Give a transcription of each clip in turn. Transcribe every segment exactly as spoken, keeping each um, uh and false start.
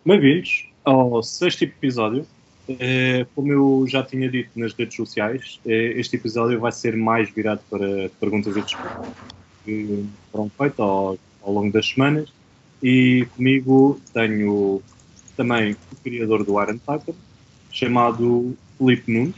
Bem-vindos ao sexto episódio. Eh, como eu já tinha dito nas redes sociais, eh, este episódio vai ser mais virado para perguntas e respostas que foram feitas ao, ao longo das semanas. E comigo tenho também o criador do Iron Titan, chamado Filipe Nunes.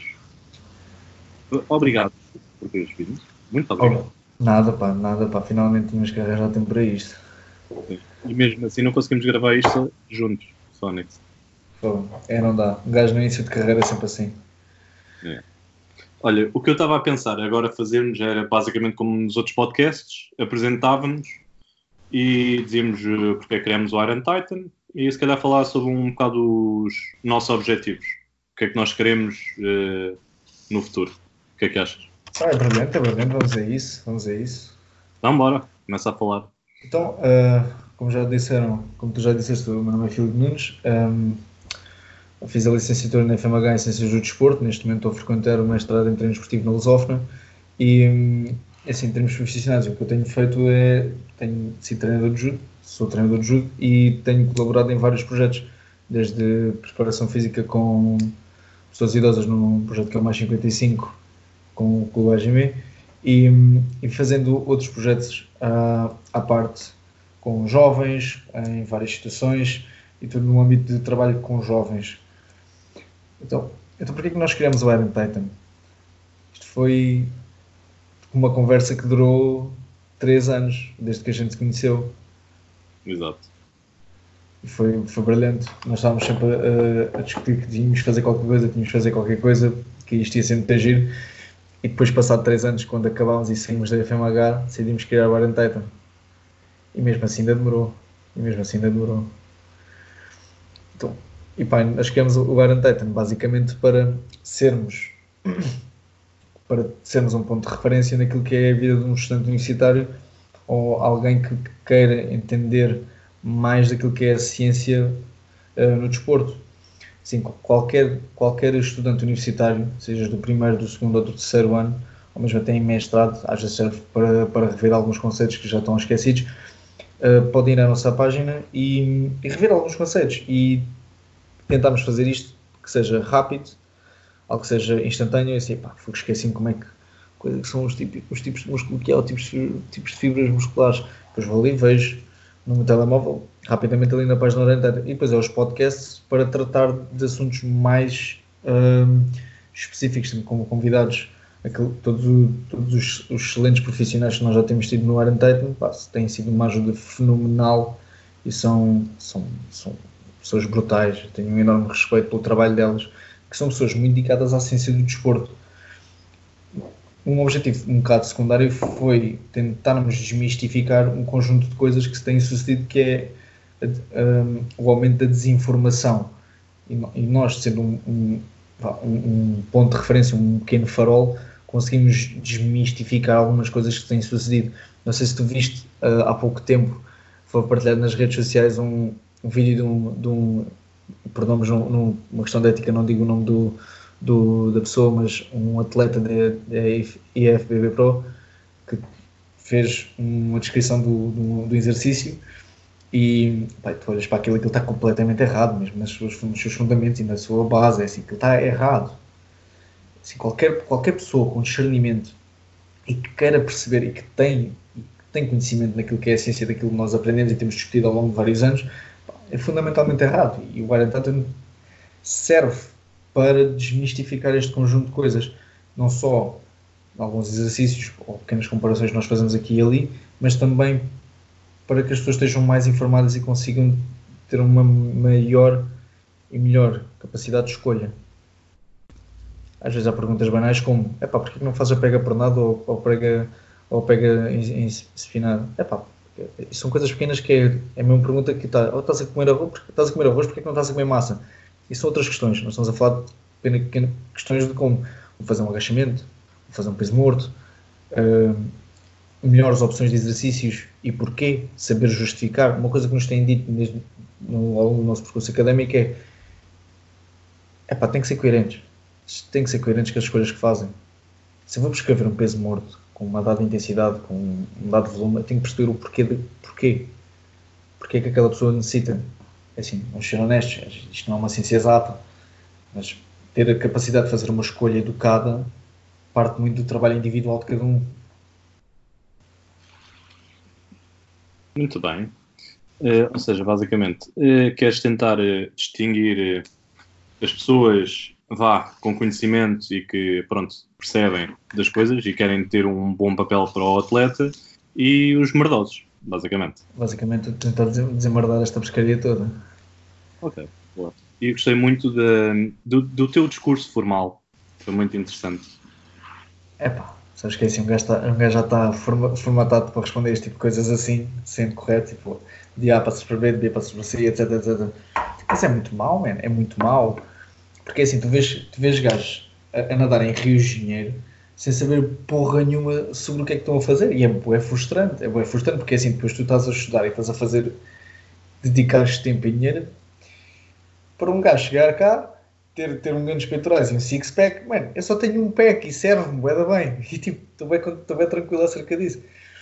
Obrigado por teres vindo. Muito obrigado. Oh, nada, pá, nada, pá. Finalmente tínhamos que arranjar tempo para isto. E mesmo assim não conseguimos gravar isto juntos, só nisso. Pô, é, não dá. Um gajo no início de carreira é sempre assim. É. Olha, o que eu estava a pensar agora fazermos era basicamente como nos outros podcasts, apresentávamos e dizíamos uh, porque é que criamos o Iron Titan e se calhar falar sobre um bocado os nossos objetivos. O que é que nós queremos uh, no futuro. O que é que achas? Ah, é brilhante, é brilhante. Vamos a isso, vamos a isso. Então bora, começa a falar. Então, uh, como já disseram, como tu já disseste, o meu nome é Filipe Nunes. Um, fiz a licenciatura na F M H em Ciências do Desporto. Neste momento estou a frequentar o mestrado em treino esportivo na Lusófona. E, um, assim, em termos profissionais, o que eu tenho feito é, tenho sido treinador de judo, sou treinador de judo e tenho colaborado em vários projetos, desde preparação física com pessoas idosas num projeto que é o Mais cinquenta e cinco, com o Clube A G M, e, e fazendo outros projetos uh, à parte, com jovens, em várias situações, e tudo no âmbito de trabalho com jovens. Então, então porquê que nós criamos o Iron Titan? Isto foi uma conversa que durou três anos, desde que a gente se conheceu. Exato. E foi, foi brilhante. Nós estávamos sempre a, a discutir que tínhamos que fazer qualquer coisa, tínhamos que fazer qualquer coisa, que isto ia ser muito giro. E depois, passado três anos, quando acabámos e saímos da F M H, decidimos criar o Iron Titan. E mesmo assim ainda demorou. E mesmo assim ainda demorou. Então, e pá, nós criamos o Iron Titan basicamente para sermos para sermos um ponto de referência naquilo que é a vida de um estudante universitário ou alguém que queira entender mais daquilo que é a ciência uh, no desporto. Assim, qualquer, qualquer estudante universitário, seja do primeiro, do segundo ou do terceiro ano, ou mesmo até em mestrado, às vezes serve para, para rever alguns conceitos que já estão esquecidos, uh, podem ir à nossa página e, e rever alguns conceitos. E tentarmos fazer isto que seja rápido, algo que seja instantâneo, e assim, pá, esqueci-me como é que, coisa que são os, típicos, os tipos de músculo que há, os tipos, tipos de fibras musculares. Depois vou ali e vejo no meu telemóvel, rapidamente ali na página orientada. E depois é os podcasts para tratar de assuntos mais hum, específicos, como convidados. Aquele, todos, todos os, os excelentes profissionais que nós já temos tido no Iron Titan, pá, têm sido uma ajuda fenomenal e são, são, são pessoas brutais. Eu tenho um enorme respeito pelo trabalho delas, que são pessoas muito dedicadas à ciência do desporto. Um objetivo um bocado secundário foi tentarmos desmistificar um conjunto de coisas que se têm sucedido, que é um, o aumento da desinformação. E, e nós, sendo um, um, um, um ponto de referência, um pequeno farol, conseguimos desmistificar algumas coisas que têm sucedido. Não sei se tu viste, uh, há pouco tempo, foi partilhado nas redes sociais um, um vídeo de um, de um perdão-me, numa questão de ética, não digo o nome do, do, da pessoa, mas um atleta da I F B B Pro que fez uma descrição do, do, do exercício e pá, tu olhas para aquilo, aquilo está completamente errado, mesmo nas suas, nos seus fundamentos e na sua base, é assim, aquilo está errado. Assim, qualquer, qualquer pessoa com discernimento e que queira perceber e que tem, e que tem conhecimento naquilo que é a ciência daquilo que nós aprendemos e temos discutido ao longo de vários anos, é fundamentalmente errado. E o Iron Titan serve para desmistificar este conjunto de coisas. Não só alguns exercícios ou pequenas comparações que nós fazemos aqui e ali, mas também para que as pessoas estejam mais informadas e consigam ter uma maior e melhor capacidade de escolha. Às vezes há perguntas banais como: epá, porquê que não fazes a pega pernada ou, ou pega, ou pega espinada? Epá, isso são coisas pequenas que é, é a mesma pergunta que está: oh, estás a comer arroz, porque estás a comer arroz, porque que não estás a comer massa? Isso são outras questões. Nós estamos a falar de pequenas questões de como vou fazer um agachamento, vou fazer um peso morto, uh, melhores opções de exercícios e porquê, saber justificar. Uma coisa que nos têm dito mesmo no, ao longo do nosso percurso académico é: epá, tem que ser coerentes. Tem que ser coerentes com as escolhas que fazem. Se eu vou prescrever um peso morto com uma dada intensidade, com um dado volume, eu tenho que perceber o porquê de porquê. Porquê que aquela pessoa necessita É assim, vamos ser honestos, isto não é uma ciência exata, mas ter a capacidade de fazer uma escolha educada parte muito do trabalho individual de cada um. Muito bem. Uh, ou seja, basicamente, uh, queres tentar uh, distinguir uh, as pessoas, vá, com conhecimento e que, pronto, percebem das coisas e querem ter um bom papel para o atleta, e os merdosos, basicamente. Basicamente, tentar desemmerdar esta pescaria toda. Ok, boa. E gostei muito de, do, do teu discurso formal. Foi muito interessante. É pá, sabes que é assim, um gajo, tá, um gajo já está forma, formatado para responder este tipo de coisas assim, sendo correto, tipo, de A passas para B, de B passas para C, etc, etcétera. Mas é muito mau, man, é muito mau. Porque assim, tu vês, tu vês gajos a, a nadar em rios de dinheiro sem saber porra nenhuma sobre o que é que estão a fazer. E é bué frustrante, é bué frustrante, porque assim, depois tu estás a estudar e estás a fazer, dedicares tempo e dinheiro para um gajo chegar cá, ter, ter um grandes peitorais e um six-pack, mano, eu só tenho um pack e serve-me, bué da bem. E tipo, estou bem, estou bem tranquilo acerca disso.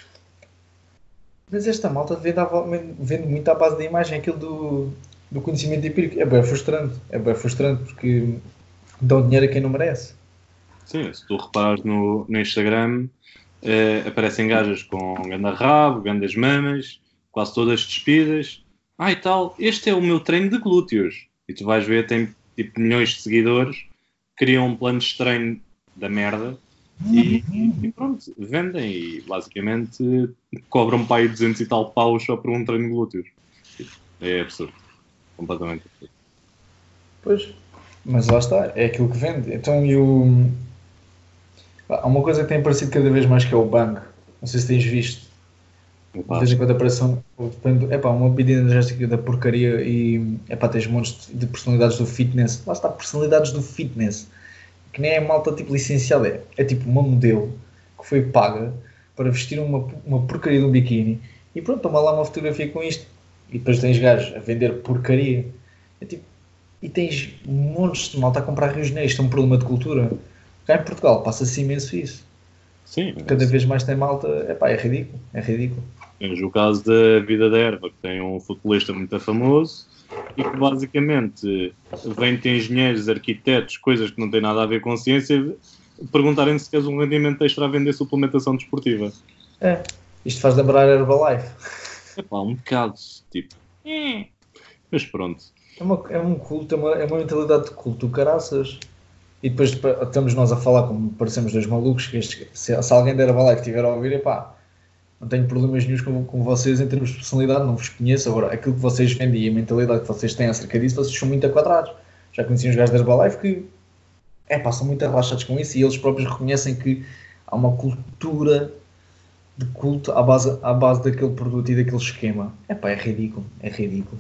Mas esta malta vende, vende muito à base da imagem, aquilo do, do conhecimento empírico. É bem frustrante, é bem frustrante porque dão dinheiro a quem não merece. Sim, se tu reparares no, no Instagram, eh, aparecem gajas com ganda rabo, gandas mamas, quase todas despidas. Ah, e tal, este é o meu treino de glúteos. E tu vais ver, tem tipo milhões de seguidores, criam um plano de treino da merda e, e pronto, vendem e basicamente cobram para aí duzentos e tal paus só por um treino de glúteos. É absurdo, completamente absurdo. Pois, mas lá está, é aquilo que vende. Então, e o... há uma coisa que tem aparecido cada vez mais que é o Bang. Não sei se tens visto. De vez em quando aparece um, epá, uma bebida energética da porcaria e epá, tens montes de personalidades do fitness. Lá está, personalidades do fitness. Que nem é malta tipo licenciada. É, é tipo uma modelo que foi paga para vestir uma, uma porcaria de um biquíni e pronto, toma lá uma fotografia com isto. E depois tens gajos a vender porcaria. É tipo, e tens montes de malta a comprar rios negros. Isto é um problema de cultura. Cá em Portugal passa-se imenso isso. Sim, Cada vez mais tem malta. Epá, é ridículo. É ridículo. temos o caso da Vida da Erva, que tem um futebolista muito famoso e que basicamente vem de engenheiros, arquitetos, coisas que não têm nada a ver com ciência, perguntarem se queres um rendimento extra a vender suplementação desportiva. É. Isto faz lembrar Herbalife. É pá, um bocado, tipo... Mas pronto. É, uma, é um culto, é uma, é uma mentalidade de culto, caraças. E depois estamos nós a falar como parecemos dois malucos, que este, se, se alguém da Herbalife estiver a ouvir, epá, não tenho problemas nenhums com, com vocês em termos de personalidade, não vos conheço. Agora, aquilo que vocês vendem e a mentalidade que vocês têm acerca disso, vocês são muito quadrados. Já conheci uns gajos da Herbalife que é, pá, são muito relaxados com isso e eles próprios reconhecem que há uma cultura de culto à base, à base daquele produto e daquele esquema. É pá, é ridículo, é ridículo.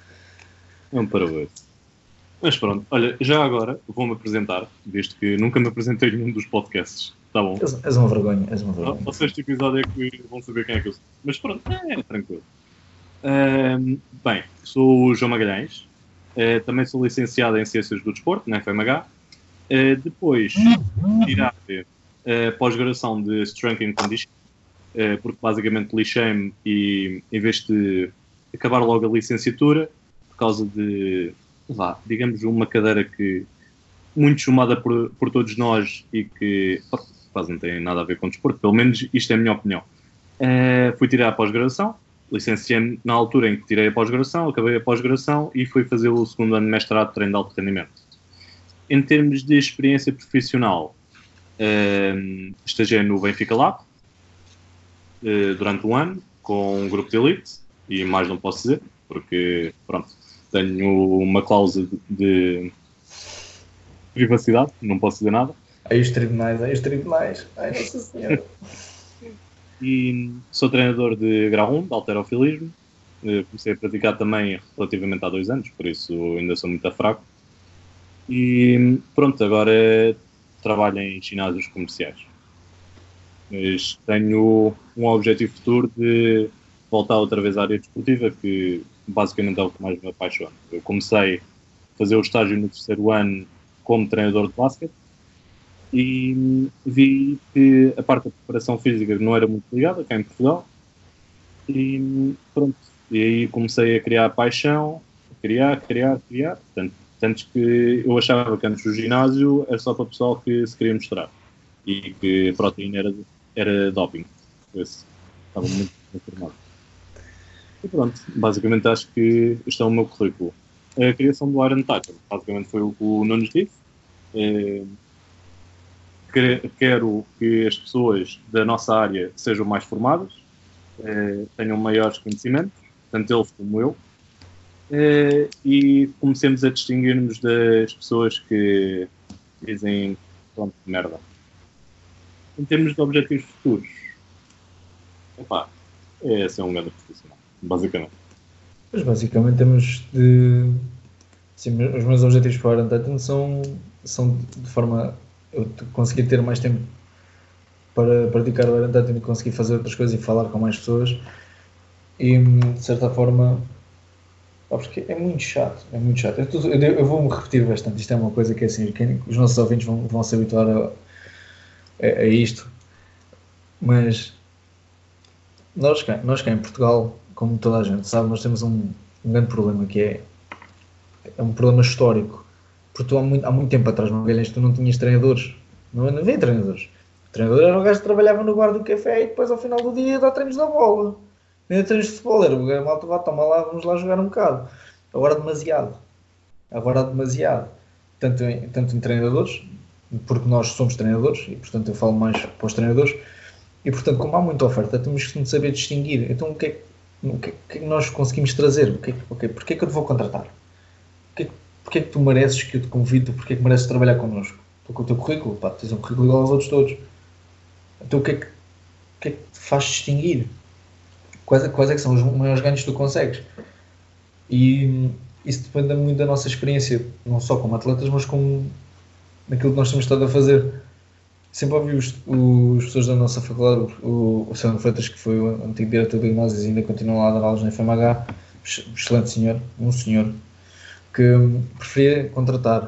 É um parabéns. Mas pronto, olha, já agora vou-me apresentar, visto que nunca me apresentei em nenhum dos podcasts. Tá bom. És, és uma vergonha, és uma vergonha. Ao sexto episódio é que vão saber quem é que eu sou. Mas pronto, é tranquilo. Um, bem, sou o João Magalhães. Uh, também sou licenciado em Ciências do Desporto, na F M H. Uh, depois, tirar uh, pós-graduação de Strength and Conditioning, uh, porque basicamente lixei-me e, em vez de acabar logo a licenciatura, por causa de, vá, digamos, uma cadeira que muito chamada por, por todos nós e que quase não tem nada a ver com desporto, pelo menos isto é a minha opinião. Uh, fui tirar a pós-graduação, licenciei-me na altura em que tirei a pós-graduação, acabei a pós-graduação e fui fazer o segundo ano de mestrado de treino de alto rendimento. Em termos de experiência profissional, uh, estagiei no Benfica Lab uh, durante um ano com um grupo de elite e mais não posso dizer, porque pronto, tenho uma cláusula de, de privacidade, não posso dizer nada. Aí os tribunais, aí os tribunais, ai Nossa Senhora. E sou treinador de grau um, de halterofilismo. Comecei a praticar também relativamente há dois anos, por isso ainda sou muito fraco. E pronto, agora trabalho em ginásios comerciais. Mas tenho um objetivo futuro de voltar outra vez à área desportiva, que basicamente é o que mais me apaixona. Eu comecei a fazer o estágio no terceiro ano como treinador de basquete e vi que a parte da preparação física não era muito ligada cá em Portugal e pronto, e aí comecei a criar a paixão, criar, criar, criar. Tanto, tanto que eu achava que antes do ginásio era só para o pessoal que se queria mostrar e que a proteína era, era doping. Esse, estava muito informado. E pronto, basicamente acho que este é o meu currículo. A criação do Iron Titan, basicamente foi o que o Nunes disse. É, quero que as pessoas da nossa área sejam mais formadas, é, tenham maiores conhecimentos, tanto eles como eu, é, e comecemos a distinguir-nos das pessoas que dizem, pronto, merda. Em termos de objetivos futuros, epá, é ser um grande profissional, basicamente. Mas basicamente temos de... Sim, os meus objetivos para o Iron Titan são, são de forma... Eu conseguir ter mais tempo para praticar o Iron Titan e conseguir fazer outras coisas e falar com mais pessoas. E, de certa forma... Porque é muito chato, é muito chato. Eu, eu, eu vou-me repetir bastante. Isto é uma coisa que é assim, quem, os nossos ouvintes vão, vão se habituar a, a, a isto. Mas nós cá, nós cá em Portugal, como toda a gente sabe, nós temos um, um grande problema que é, é um problema histórico. Porque tu há muito, há muito tempo atrás, Magalhães, tu não tinhas treinadores. Não, não havia treinadores. O treinador era o gajo que trabalhava no bar do café e depois ao final do dia dá treinos da bola. Nem treinos de futebol, era o gajo malta, vá, toma lá, vamos lá jogar um bocado. Agora demasiado. Agora demasiado. Tanto em, tanto em treinadores, porque nós somos treinadores, e portanto eu falo mais para os treinadores, e portanto como há muita oferta, temos que saber distinguir. Então o que é que, o que, é que nós conseguimos trazer? O que é, okay, porque é que eu te vou contratar? Porque, porque é que tu mereces que eu te convido? Porque é que mereces trabalhar connosco? Tu com o teu currículo, pá, tens um currículo igual aos outros todos. Então o que é que, o que, é que te faz distinguir? Quais, quais é que são os maiores ganhos que tu consegues? E isso depende muito da nossa experiência, não só como atletas, mas como naquilo que nós temos estado a fazer. Sempre ouvi os, os professores da nossa faculdade, o, o Sandro Freitas, que foi o antigo diretor do ginásio e ainda continua lá a dar aulas na F M H, excelente senhor, um senhor, que preferia contratar,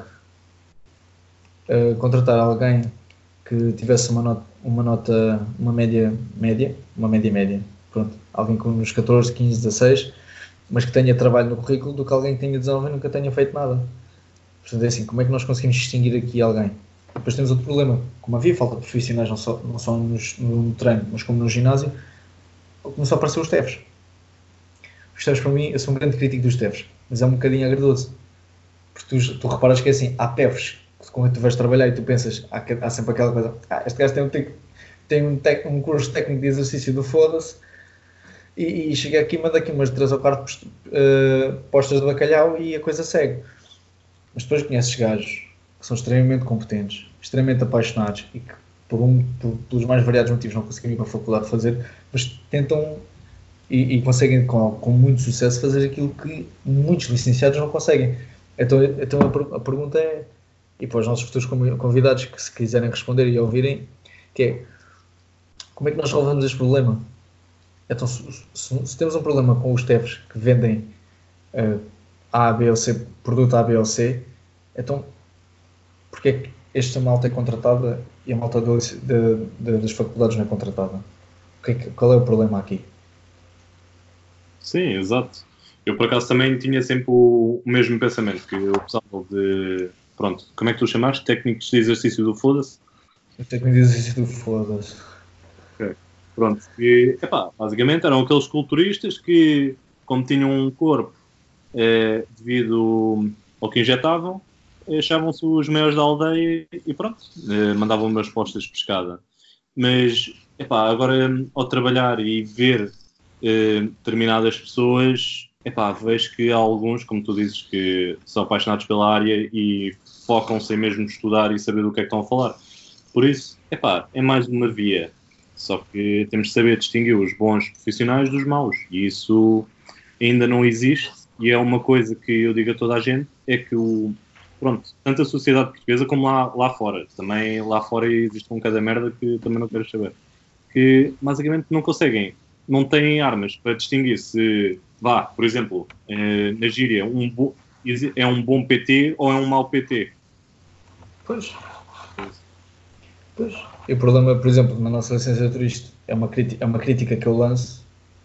uh, contratar alguém que tivesse uma nota, uma nota, uma média média, uma média média, pronto, alguém com uns catorze, quinze, dezasseis, mas que tenha trabalho no currículo, do que alguém que tenha dezenove e nunca tenha feito nada. Portanto, é assim, como é que nós conseguimos distinguir aqui alguém? Depois temos outro problema, como havia falta de profissionais não só, não só nos, no treino, mas como no ginásio, começou a aparecer os T E Fs. Os T E Fs, para mim, eu sou um grande crítico dos T E Fs, mas é um bocadinho agridoce. Porque tu, tu reparas que é assim, há T E Fs com que tu vais trabalhar e tu pensas, há, há sempre aquela coisa, ah, este gajo tem um, tem um, tec, um curso técnico de exercício do foda-se, e, e chega aqui e manda aqui umas três ou quatro uh, postas de bacalhau e a coisa segue. Mas depois conheces gajos que são extremamente competentes, extremamente apaixonados e que por um, por, pelos mais variados motivos não conseguem ir para a faculdade fazer, mas tentam e, e conseguem com, com muito sucesso fazer aquilo que muitos licenciados não conseguem. Então, então a, a pergunta é, e para os nossos futuros convidados que se quiserem responder e ouvirem, que é, como é que nós resolvemos este problema? Então, se, se, se temos um problema com os T E Fs que vendem uh, A, B ou C, produto A, B ou C, então porque é que esta malta é contratada e a malta de, de, de, das faculdades não é contratada? O que é que, qual é o problema aqui? Sim, exato. Eu por acaso também tinha sempre o, o mesmo pensamento, que o pessoal de, pronto, como é que tu chamaste? Técnicos de exercício do foda-se? Técnico de exercício do foda-se. Ok. Pronto, e, epá, basicamente eram aqueles culturistas que, como tinham um corpo eh, devido ao que injetavam, achavam-se os maiores da aldeia e pronto, eh, mandavam umas postas de pescada. Mas, epá, agora ao trabalhar e ver eh, determinadas pessoas, epá, vejo que há alguns, como tu dizes, que são apaixonados pela área e focam-se em mesmo estudar e saber do que é que estão a falar. Por isso, epá, é mais uma via. Só que temos de saber distinguir os bons profissionais dos maus. E isso ainda não existe. E é uma coisa que eu digo a toda a gente, é que o, pronto, tanto a sociedade portuguesa como lá, lá fora. Também lá fora existe um cada merda que também não quero saber. Que basicamente não conseguem, não têm armas para distinguir se, vá, por exemplo, eh, na gíria, um bo, é um bom P T ou é um mau P T. Pois. Pois. E o problema, por exemplo, na nossa licenciatura, isto é uma, é uma crítica que eu lanço,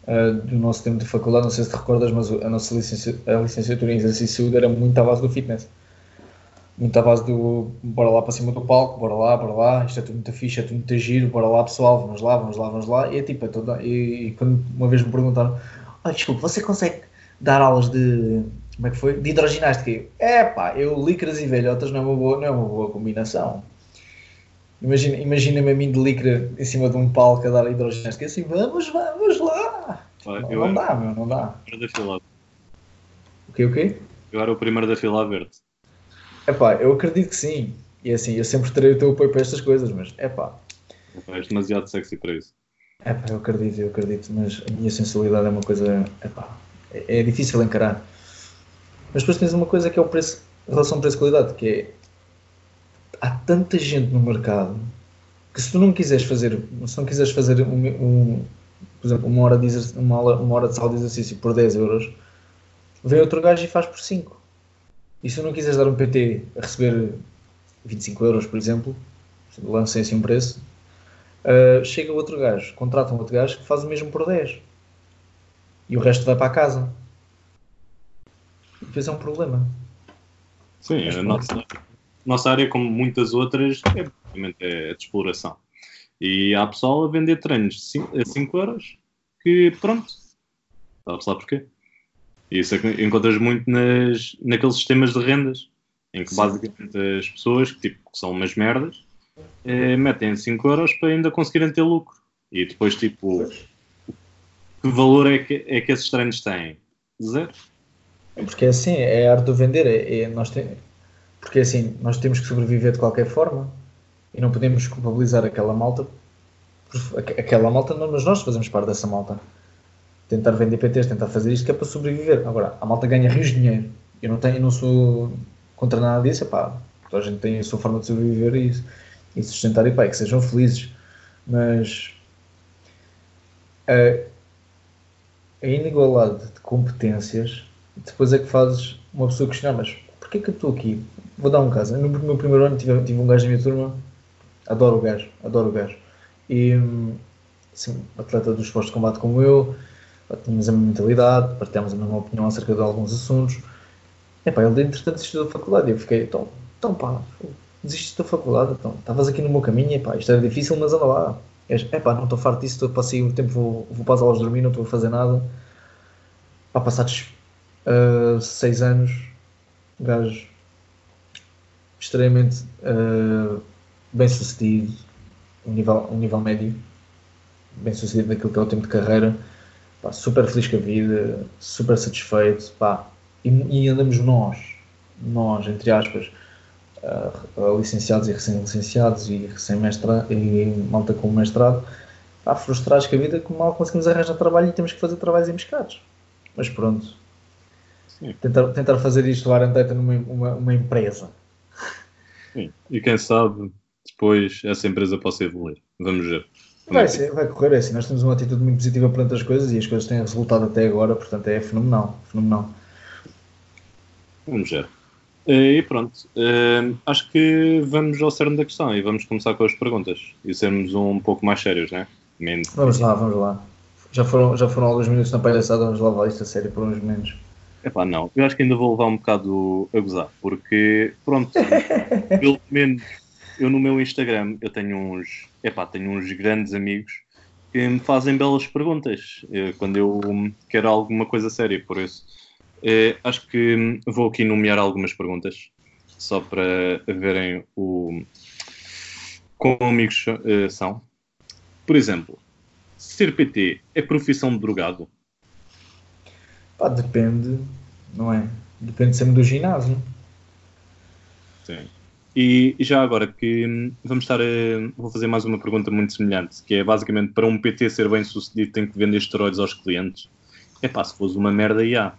uh, do nosso tempo de faculdade, não sei se te recordas, mas a nossa licenciatura, a licenciatura em exercício de saúde era muito à base do fitness. Muito à base do bora lá para cima do palco, bora lá, bora lá, isto é tudo muito fixe, é tudo muito giro, bora lá pessoal, vamos lá, vamos lá, vamos lá. E é tipo, é toda, e, e quando uma vez me perguntaram, ah, desculpa, você consegue dar aulas de, como é que foi? De hidroginástica? É pá, eu licras e velhotas não é uma boa, não é uma boa combinação. Imagina, imagina-me a mim de licra em cima de um palco a dar hidroginástica, assim, vamos, vamos lá. Vai, Não, eu não era dá, meu, não dá. o primeiro da fila. O quê, o quê? Eu era o primeiro da fila a ver-te. É pá, eu acredito que sim. E assim, eu sempre terei o teu apoio para estas coisas, mas é pá. És demasiado sexy para isso. É pá, eu acredito, eu acredito, mas a minha sensualidade é uma coisa, é pá, é, é difícil encarar. Mas depois tens uma coisa que é o preço, a relação preço-qualidade, que é, há tanta gente no mercado que se tu não quiseres fazer, se não quiseres fazer um, um, por exemplo, uma hora, de exerc- uma, aula, uma hora de sala de exercício por dez euros, vem outro gajo e faz por cinco. E se tu não quiseres dar um P T a receber vinte e cinco euros, por exemplo, lancem assim um preço, uh, chega outro gajo, contrata um outro gajo que faz o mesmo por dez. E o resto vai para a casa. E depois é um problema. Sim, a nossa, nossa área, como muitas outras, é basicamente é de exploração. E há pessoal a vender treinos a cinco euros que, pronto, sabe-se lá porquê. E isso é que encontras muito nas, naqueles sistemas de rendas, em que basicamente as pessoas, que, tipo, que são umas merdas, eh, metem cinco euros para ainda conseguirem ter lucro. E depois, tipo, que valor é que, é que esses treinos têm? Zero. Porque é assim, é a arte do vender. É, é, nós tem, porque é assim, nós temos que sobreviver de qualquer forma e não podemos culpabilizar aquela malta. Aquela malta, não, mas nós fazemos parte dessa malta. Tentar vender P Ts, tentar fazer isto que é para sobreviver. Agora, a malta ganha rios de dinheiro. Eu não, tenho, eu não sou contra nada disso. Epá, toda a gente tem a sua forma de sobreviver e, e sustentar e pá, que sejam felizes. Mas a, a inigualdade de competências depois é que fazes uma pessoa questionar, mas porquê que eu estou aqui? Vou dar um caso. No meu primeiro ano tive, tive um gajo na minha turma, adoro o gajo, adoro o gajo. E assim, atleta dos esportes de combate como eu, tínhamos a mesma mentalidade, partilhámos a mesma opinião acerca de alguns assuntos. Epá, ele entretanto desistiu da faculdade e eu fiquei, então, então pá, desististe da faculdade, então, estavas aqui no meu caminho, epá, isto era difícil, mas anda lá. Epá, não estou farto disso, estou a passar o tempo, vou, vou para as aulas dormir, não estou a fazer nada. Pá, passados uh, seis anos, gajo extremamente uh, bem sucedido, um nível, um nível médio, bem sucedido naquilo que é o tempo de carreira, pá, super feliz com a vida, super satisfeito, pá, e, e andamos nós, nós, entre aspas, uh, licenciados e recém-licenciados e recém-mestrado e malta com mestrado, pá, frustrados com a vida que mal conseguimos arranjar trabalho e temos que fazer trabalhos emboscados. Mas pronto, tentar, tentar fazer isto o Arandeta numa uma, uma empresa. Sim. E quem sabe depois essa empresa possa evoluir. Vamos ver. Vai, ser, vai correr, é assim, nós temos uma atitude muito positiva perante as coisas e as coisas têm resultado até agora, portanto é fenomenal, fenomenal. Vamos ver. E pronto, uh, acho que vamos ao cerne da questão e vamos começar com as perguntas e sermos um pouco mais sérios, não é? Menos. Vamos lá, vamos lá. Já foram, já foram alguns minutos na palhaçada, vamos levar isto a sério por uns momentos. Epá, não, eu acho que ainda vou levar um bocado a gozar, porque, pronto, pelo menos eu no meu Instagram eu tenho uns, epá, tenho uns grandes amigos que me fazem belas perguntas eh, quando eu quero alguma coisa séria, por isso eh, acho que vou aqui nomear algumas perguntas só para verem o como amigos eh, são. Por exemplo, ser P T é profissão de drogado? Pá, depende, não é? Depende sempre do ginásio. Sim. E já agora que vamos estar a... Vou fazer mais uma pergunta muito semelhante, que é basicamente para um P T ser bem sucedido tem que vender esteroides aos clientes. É pá, se fosse uma merda, já.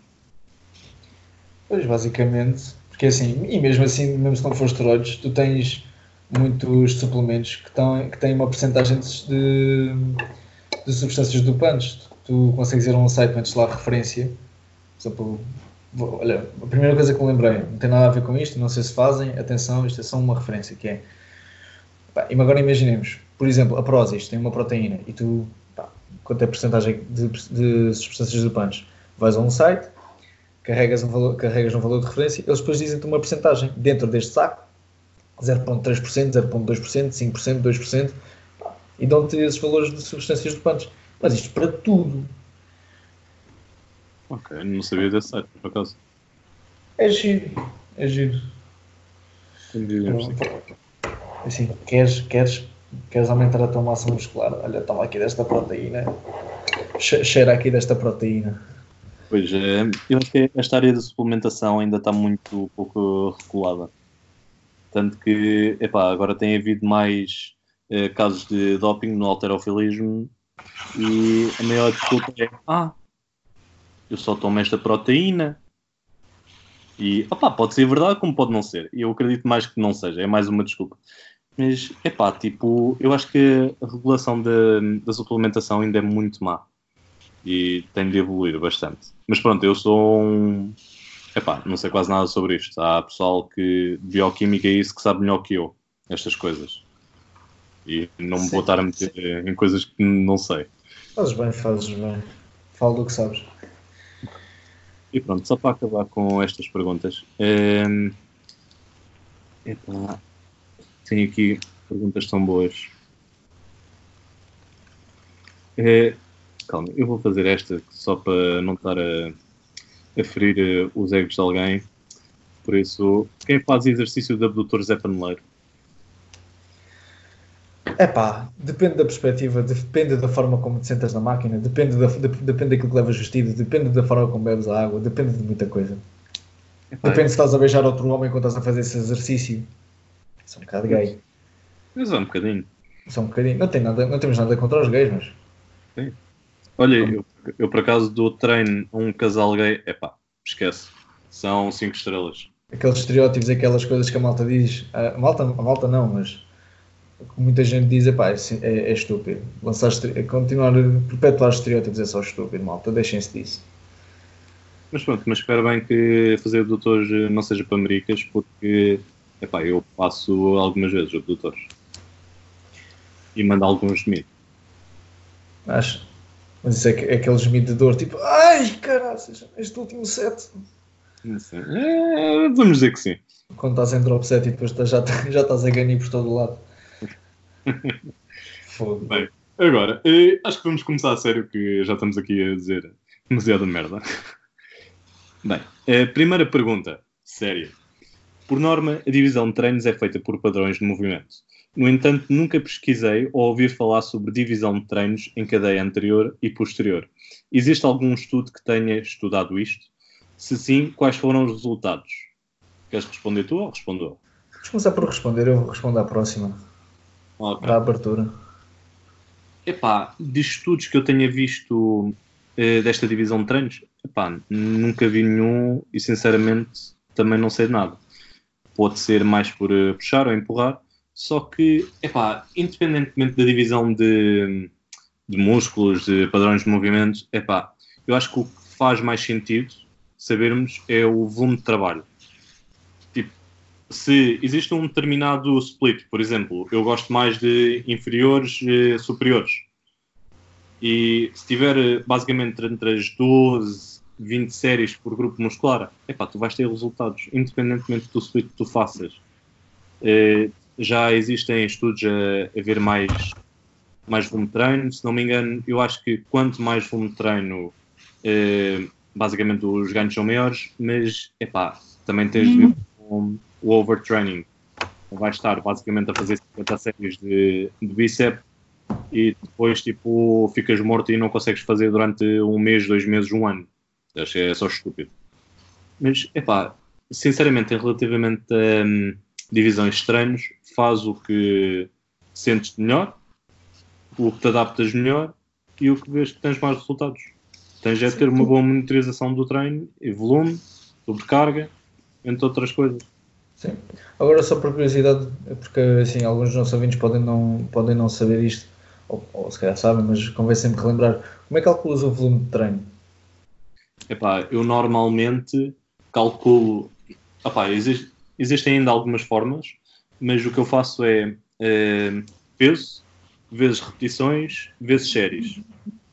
Pois, basicamente, porque assim, e mesmo assim, mesmo se não for esteroides, tu tens muitos suplementos que, tão, que têm uma porcentagem de, de substâncias dopantes. Tu consegues ir a um site, metes lá a referência. Por exemplo, vou, olha, a primeira coisa que me lembrei, não tem nada a ver com isto, não sei se fazem, atenção, isto é só uma referência, que é, pá, agora imaginemos, por exemplo, a Prozis tem uma proteína e tu, pá, quanto é a porcentagem de, de substâncias dopantes. Vais a um site, carregas um valor, carregas um valor de referência, eles depois dizem-te uma porcentagem dentro deste saco, zero vírgula três por cento, zero vírgula dois por cento, cinco por cento, dois por cento, e dão-te esses valores de substâncias dopantes. Mas isto para tudo. Ok, não sabia desse site, por acaso. É giro. É giro. Assim, queres, queres, queres aumentar a tua massa muscular? Olha, toma aqui desta proteína. Cheira aqui desta proteína. Pois é, eu acho que esta área de suplementação ainda está muito pouco regulada. Tanto que, epá, agora tem havido mais eh, casos de doping no halterofilismo e a maior desculpa é ah, eu só tomo esta proteína. E, opá, pode ser verdade como pode não ser. Eu acredito mais que não seja, é mais uma desculpa. Mas, epá, tipo, eu acho que a regulação da, da suplementação ainda é muito má. E tem de evoluir bastante. Mas pronto, eu sou um... Epá, não sei quase nada sobre isto. Há pessoal que de bioquímica é isso que sabe melhor que eu, estas coisas. E não me sim, vou estar a meter sim. em coisas que não sei. Fazes bem, fazes bem. Fala do que sabes. E pronto, só para acabar com estas perguntas. É... Epá, tenho aqui perguntas tão boas. É... Calma, eu vou fazer esta só para não estar a, a ferir uh, os egos de alguém. Por isso, quem faz exercício de abdutores é paneleiro? É pá, depende da perspectiva, depende da forma como te sentas na máquina, depende, da, de, depende daquilo que levas vestido, depende da forma como bebes a água, depende de muita coisa. Epá, depende é. se estás a beijar outro homem quando estás a fazer esse exercício. Isso é um bocado gay. Mas é um bocadinho. Isso é um bocadinho. Não, tem nada, não temos nada contra os gays, mas... Sim. Olha, eu, eu por acaso dou treino a um casal gay, epá, esquece. São cinco estrelas. Aqueles estereótipos, aquelas coisas que a malta diz. A malta, a malta não, mas... Muita gente diz, epá, é, é, é estúpido. Lançar, continuar a perpetuar estereótipos é só estúpido, malta. Deixem-se disso. Mas pronto, mas espero bem que fazer abdutores não seja para maricas, porque epá, eu faço algumas vezes abdutores. E mando alguns de mim. Acho. Mas isso é, é aquele gemido de dor, tipo, ai, caraças, este último set. Não sei. É, vamos dizer que sim. Quando estás em drop set e depois já, já estás a ganhar por todo o lado. Fogo. Bem, agora, eh, acho que vamos começar a sério, que já estamos aqui a dizer demasiada merda. Bem, a primeira pergunta, séria. Por norma, a divisão de treinos é feita por padrões de movimento. No entanto, nunca pesquisei ou ouvi falar sobre divisão de treinos em cadeia anterior e posterior. Existe algum estudo que tenha estudado isto? Se sim, quais foram os resultados? Queres responder tu ou respondo eu? Vamos começar por responder, eu vou responder à próxima. Okay. Da abertura. Epá, de estudos que eu tenha visto eh, desta divisão de treinos, epá, nunca vi nenhum e sinceramente também não sei de nada. Pode ser mais por uh, puxar ou empurrar, só que, epá, independentemente da divisão de, de músculos, de padrões de movimentos, epá, eu acho que o que faz mais sentido sabermos é o volume de trabalho. Tipo, se existe um determinado split, por exemplo, eu gosto mais de inferiores eh, superiores. E se tiver basicamente entre as doze, vinte séries por grupo muscular, epá, tu vais ter resultados, independentemente do split que tu faças. Eh, já existem estudos a, a ver mais, mais volume de treino. Se não me engano, eu acho que quanto mais volume de treino, eh, basicamente os ganhos são maiores, mas epá, também tens de ver com o overtraining. Vais estar basicamente a fazer cinquenta séries de, de bíceps e depois tipo, ficas morto e não consegues fazer durante um mês, dois meses, um ano. Acho que é só estúpido. Mas, epá, sinceramente, relativamente a um, divisões de treinos, faz o que sentes melhor, o que te adaptas melhor e o que vês que tens mais resultados. Tens é ter uma boa monitorização do treino e volume, sobrecarga, entre outras coisas. Sim. Agora, só por curiosidade, porque assim, alguns dos nossos ouvintes podem não, podem não saber isto, ou, ou se calhar sabem, mas convém sempre relembrar. Como é que calculas o volume de treino? Epá, eu normalmente calculo... Epá, existe, existem ainda algumas formas, mas o que eu faço é, é peso, vezes repetições, vezes séries.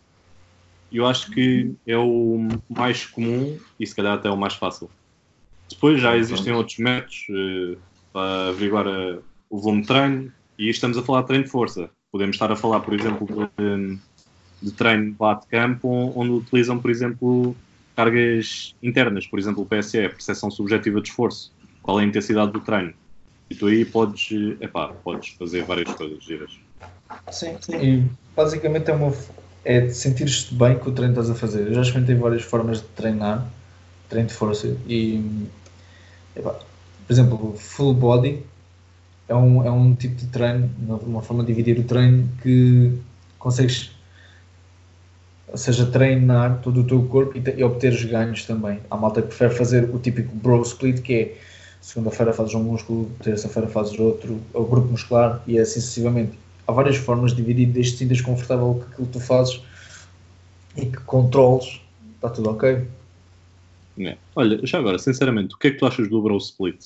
eu acho que é o mais comum e se calhar até o mais fácil. Depois já existem outros métodos uh, para averiguar uh, o volume de treino, e estamos a falar de treino de força. Podemos estar a falar, por exemplo, de, de treino de bate-campo, onde utilizam, por exemplo, cargas internas, por exemplo, o P S E, percepção subjetiva de esforço. Qual é a intensidade do treino? E tu aí podes, epá, podes fazer várias coisas giras. Sim, sim. E basicamente é, uma, é de sentir-te bem com o treino que estás a fazer. Eu já experimentei várias formas de treinar, treino de força, e epá, por exemplo, full body é um, é um tipo de treino, uma forma de dividir o treino que consegues, ou seja, treinar todo o teu corpo e, te, e obteres ganhos também. Há malta que prefere fazer o típico bro split, que é segunda-feira fazes um músculo, terça-feira fazes outro, o grupo muscular, e assim sucessivamente. Há várias formas de dividir, desde que te sintas confortável com aquilo que tu fazes e que controles, está tudo ok. É. Olha, já agora, sinceramente, o que é que tu achas do bro split?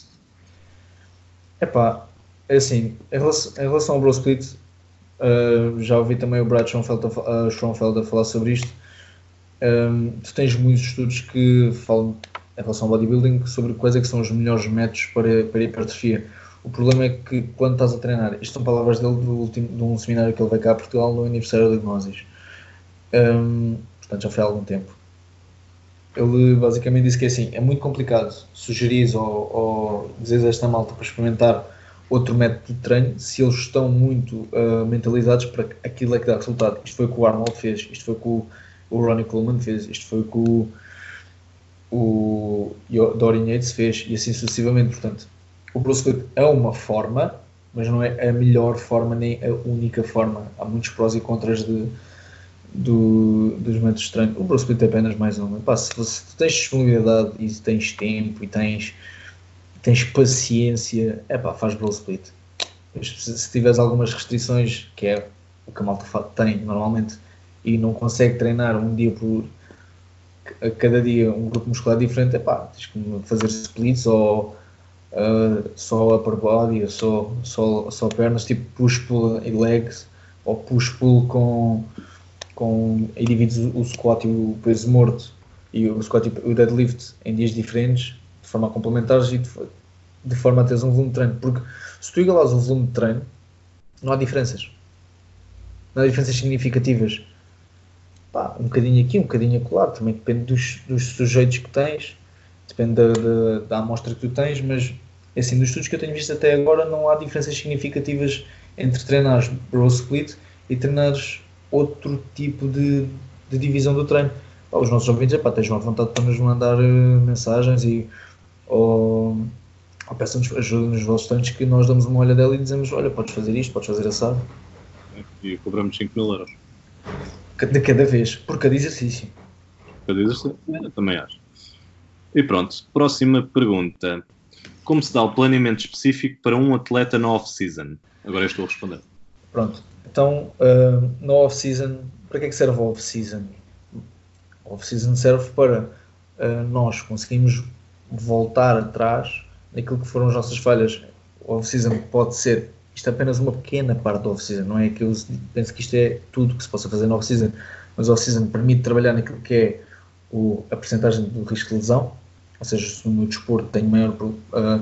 Epá, é assim, em relação, em relação ao bro split, uh, já ouvi também o Brad Schoenfeld a, uh, Schoenfeld a falar sobre isto. Um, tu tens muitos estudos que falam em relação ao bodybuilding sobre quais é que são os melhores métodos para, para hipertrofia. O problema é que quando estás a treinar, isto são palavras dele do último, de um seminário que ele veio cá a Portugal no aniversário da Gnosis. Um, portanto já foi há algum tempo. Ele basicamente disse que é assim, é muito complicado sugerir ou, ou dizer a esta malta para experimentar outro método de treino se eles estão muito uh, mentalizados para aquilo é que dá resultado. Isto foi o que o Arnold fez, isto foi o que o, o Ronnie Coleman fez, isto foi o que o, o Dorian Yates fez e assim sucessivamente. Portanto, o Bruce Split é uma forma, mas não é a melhor forma nem a única forma. Há muitos prós e contras de Do, dos métodos de treino. O Bruce Split é apenas mais uma. Pá, se, se tu tens disponibilidade e tens tempo e tens, tens paciência, é pá, faz Bruce Split. Se, se tiveres algumas restrições, que é o que a malta tem normalmente, e não consegue treinar um dia por a cada dia um grupo muscular diferente, é pá, tens que fazer splits ou uh, só upper body, ou só, só, só pernas, tipo push-pull e legs, ou push-pull com com, aí divides o squat e o peso morto e o squat e o deadlift em dias diferentes, de forma a complementares e de, de forma a teres um volume de treino, porque se tu igualares o volume de treino, não há diferenças. Não há diferenças significativas. Pá, um bocadinho aqui, um bocadinho acolá, também depende dos, dos sujeitos que tens, depende da, da, da amostra que tu tens, mas assim, dos estudos que eu tenho visto até agora, não há diferenças significativas entre treinares bro split e treinares outro tipo de, de divisão do treino. Pá, os nossos ouvintes, epá, estejam à vontade para nos mandar uh, mensagens e ou, ou peçam-nos ajuda nos vossos treinos que nós damos uma olha dela e dizemos, olha, podes fazer isto, podes fazer assado. E cobramos cinco mil euros. De cada vez, por cada exercício. Cada exercício, eu também acho. E pronto, próxima pergunta. Como se dá o planeamento específico para um atleta na off-season? Agora eu estou a responder. Pronto. Então, uh, no off-season, para que é que serve o off-season? O off-season serve para uh, nós conseguirmos voltar atrás naquilo que foram as nossas falhas. O off-season pode ser, isto é apenas uma pequena parte do off-season, não é que eu penso que isto é tudo que se possa fazer no off-season, mas o off-season permite trabalhar naquilo que é o, a percentagem do risco de lesão, ou seja, se no desporto tenho maior uh,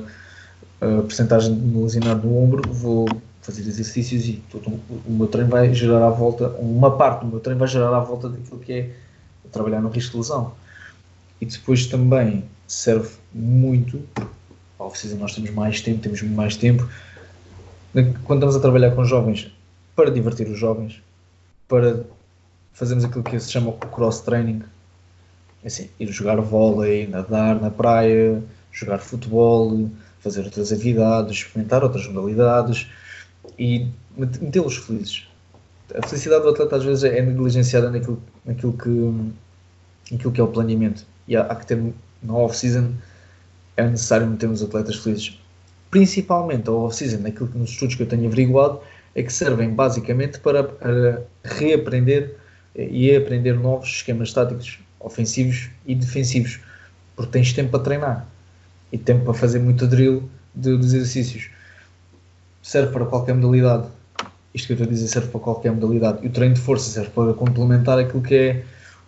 a percentagem de me lesionar no ombro, vou fazer exercícios e todo o meu treino vai gerar à volta, uma parte do meu treino vai gerar à volta daquilo que é trabalhar no risco de lesão. E depois também serve muito, ao off-season nós temos mais tempo, temos mais tempo, quando estamos a trabalhar com jovens, para divertir os jovens, para fazermos aquilo que se chama o cross-training, assim, ir jogar vôlei, nadar na praia, jogar futebol, fazer outras atividades, experimentar outras modalidades, e metê-los felizes. A felicidade do atleta às vezes é negligenciada naquilo, naquilo, que, naquilo que é o planeamento. E há, há que ter, na off-season, é necessário meter os atletas felizes. Principalmente a off-season, naquilo que nos estudos que eu tenho averiguado, é que servem basicamente para, para reaprender e aprender novos esquemas táticos, ofensivos e defensivos. Porque tens tempo para treinar e tempo para fazer muito drill de, dos exercícios. Serve para qualquer modalidade. Isto que eu estou a dizer serve para qualquer modalidade. E o treino de força serve para complementar aquilo que é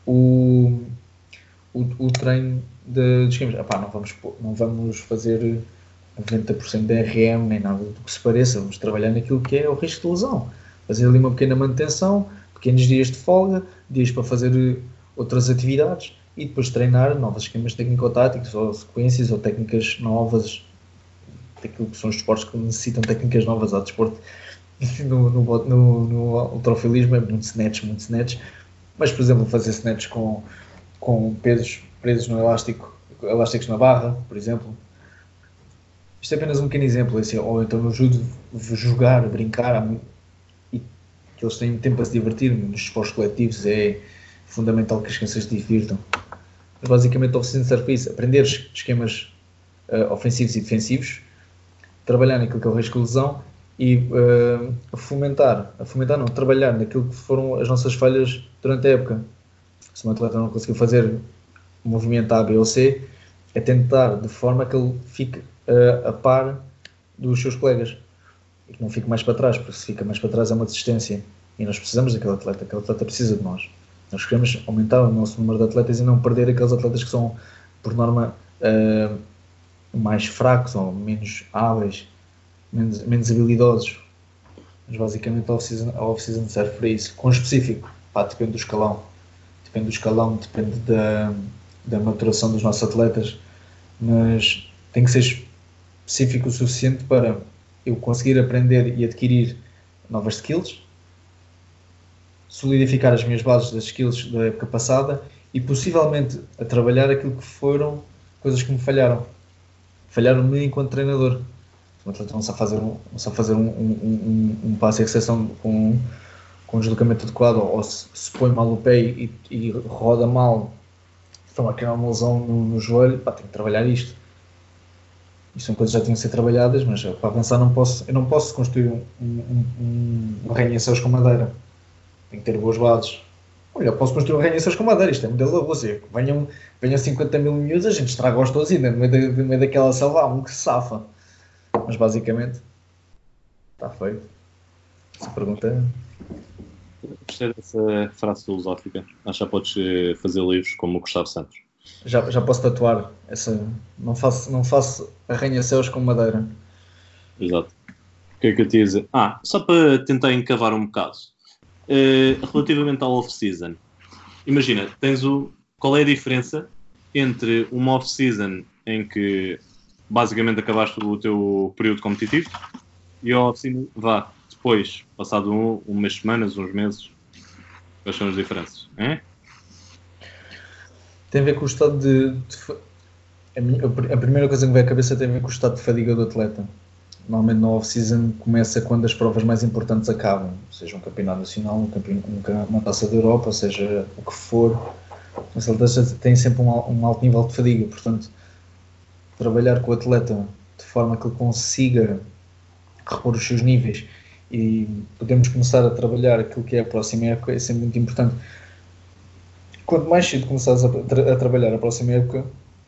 o, o, o treino de, de esquemas. Epá, não, vamos, não vamos fazer noventa por cento de R M nem nada do que se pareça, vamos trabalhar naquilo que é o risco de lesão. Fazer ali uma pequena manutenção, pequenos dias de folga, dias para fazer outras atividades e depois treinar novos esquemas técnico-táticos ou sequências ou técnicas novas, daquilo que são os esportes que necessitam técnicas novas. Há desporto no, no, no, no halterofilismo é muito snatch, muito snatch, mas por exemplo fazer snatch com, com pesos presos no elástico, elásticos na barra, por exemplo. Isto é apenas um pequeno exemplo, assim, ou então no judo jogar, brincar, e que eles têm tempo a se divertir. Nos esportes coletivos é fundamental que as crianças se divirtam. Mas basicamente a oficina serve para isso, aprender esquemas uh, ofensivos e defensivos, trabalhar naquilo que é o risco de lesão e uh, fomentar, a fomentar não, trabalhar naquilo que foram as nossas falhas durante a época. Se um atleta não conseguiu fazer o movimento A, B ou C, é tentar de forma que ele fique uh, a par dos seus colegas e que não fique mais para trás, porque se fica mais para trás é uma desistência e nós precisamos daquele atleta, aquele atleta precisa de nós. Nós queremos aumentar o nosso número de atletas e não perder aqueles atletas que são, por norma, uh, mais fracos ou menos hábeis, menos, menos habilidosos. Mas basicamente a off-season, a off-season serve para isso. Com específico, pá, depende do escalão. Depende do escalão, depende da, da maturação dos nossos atletas, mas tem que ser específico o suficiente para eu conseguir aprender e adquirir novas skills, solidificar as minhas bases das skills da época passada e possivelmente a trabalhar aquilo que foram coisas que me falharam. Falharam-me enquanto treinador. O atleta não sabe fazer um, não sabe fazer um, um, um, um passo de exceção com, com um deslocamento adequado, ou se, se põe mal o pé e, e roda mal, de forma a criar uma lesão no, no joelho, pá, tenho que trabalhar isto. Isto são coisas que já tinham que ser trabalhadas, mas para avançar não posso, eu não posso construir um, um, um, um arranha-céus com madeira. Tenho que ter boas bases. Olha, eu posso construir um arranha-céus com madeira, isto é modelo da Rússia. Venham, venham cinquenta mil miúdos, a gente estraga-os todos ainda, no meio, da, no meio daquela selva há um que se safa. Mas basicamente, está feito. Essa pergunta é... Gostei dessa frase filosófica. Acho que já podes fazer livros como o Gustavo Santos. Já, já posso tatuar. Essa, não faço, não faço arranha-céus com madeira. Exato. O que é que eu te ia dizer? Ah, só para tentar encavar um bocado. Uh, relativamente ao off-season. Imagina, tens o... Qual é a diferença entre uma off-season em que basicamente acabaste o teu período competitivo e a off-season, vá, depois, passado um, umas semanas, uns meses, quais são as diferenças? Hein? Tem a ver com o estado de... de a, minha, a primeira coisa que me vem à cabeça tem a ver com o estado de fadiga do atleta. Normalmente na off-season começa quando as provas mais importantes acabam, seja um campeonato nacional, um campeonato, uma taça da Europa, seja o que for. Os atletas têm sempre um, um alto nível de fadiga, portanto, trabalhar com o atleta de forma que ele consiga repor os seus níveis e podemos começar a trabalhar aquilo que é a próxima época é sempre muito importante. Quanto mais cedo começares a, tra- a trabalhar a próxima época,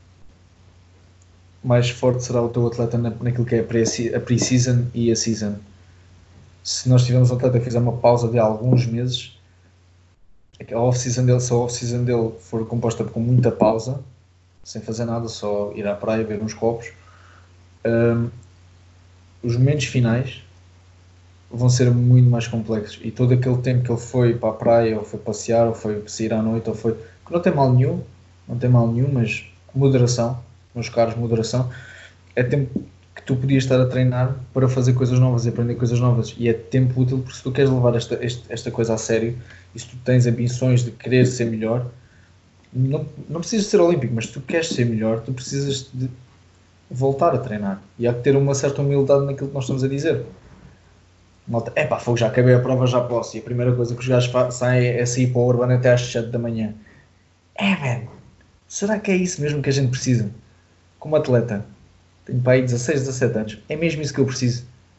mais forte será o teu atleta na, naquilo que é a pre-season e a season. Se nós tivermos um atleta que fizer uma pausa de alguns meses, a off-season dele, se a off-season dele for composta com muita pausa, sem fazer nada, só ir à praia, beber uns copos, um, os momentos finais vão ser muito mais complexos. E todo aquele tempo que ele foi para a praia, ou foi passear, ou foi sair à noite, ou foi... que não tem mal nenhum, não tem mal nenhum, mas moderação, meus caros, moderação, é tempo que tu podias estar a treinar para fazer coisas novas e aprender coisas novas, e é tempo útil, porque se tu queres levar esta, esta, esta coisa a sério, e se tu tens ambições de querer ser melhor, não, não precisas ser olímpico, mas se tu queres ser melhor, tu precisas de voltar a treinar, e há que ter uma certa humildade naquilo que nós estamos a dizer. Malta, epá, fogo, já acabei a prova, já posso, e a primeira coisa que os gajos saem é sair para o Urbano até às sete da manhã. É, velho, será que é isso mesmo que a gente precisa? Como atleta, tenho para aí dezasseis, dezassete anos, é mesmo isso que eu preciso.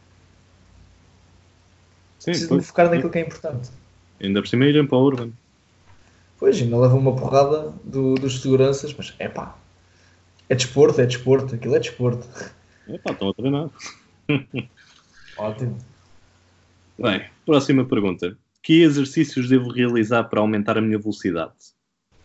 Sim, preciso pois, me focar naquilo que é importante. Ainda por cima irem para o Urban. Pois, ainda leva uma porrada do, dos seguranças, mas é pá, é desporto, é desporto, aquilo é desporto. É pá, estão a treinar. Ótimo. Bem, próxima pergunta. Que exercícios devo realizar para aumentar a minha velocidade?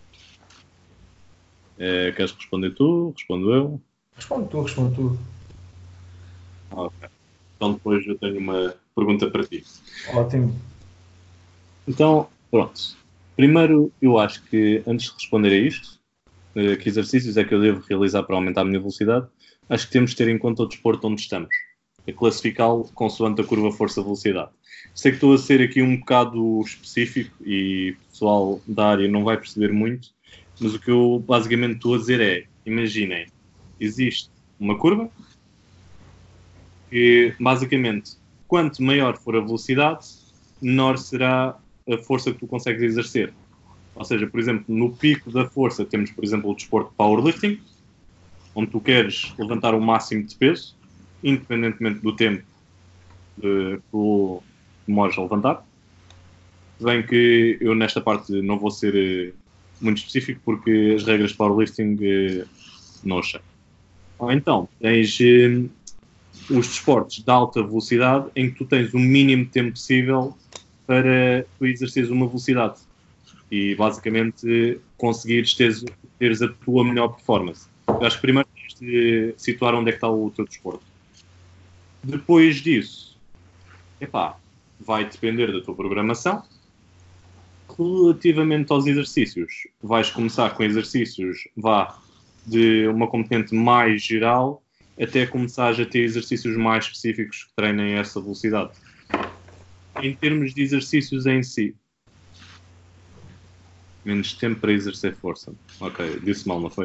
É, queres responder tu? Respondo eu? Responde tu, responde tu. Ok. Então depois eu tenho uma pergunta para ti. Ótimo. Então, pronto. Primeiro, eu acho que antes de responder a isto, eh, que exercícios é que eu devo realizar para aumentar a minha velocidade, acho que temos de ter em conta o desporto onde estamos. A classificá-lo consoante a curva força-velocidade. Sei que estou a ser aqui um bocado específico e o pessoal da área não vai perceber muito, mas o que eu basicamente estou a dizer é, imaginem, existe uma curva que basicamente, quanto maior for a velocidade, menor será a força que tu consegues exercer. Ou seja, por exemplo, no pico da força temos, por exemplo, o desporto powerlifting, onde tu queres levantar o máximo de peso, independentemente do tempo uh, que tu demoras a levantar. Se bem que eu nesta parte não vou ser uh, muito específico, porque as regras de powerlifting uh, não as sei. Ou então, tens uh, os desportos de alta velocidade, em que tu tens o mínimo de tempo possível para tu exerceres uma velocidade e basicamente conseguires teres, teres a tua melhor performance. Eu acho que primeiro tens de situar onde é que está o teu desporto. Depois disso, epá, vai depender da tua programação. Relativamente aos exercícios, vais começar com exercícios vá de uma componente mais geral até começares a ter exercícios mais específicos que treinem essa velocidade. Em termos de exercícios em si, menos tempo para exercer força. Ok, disse mal, não foi?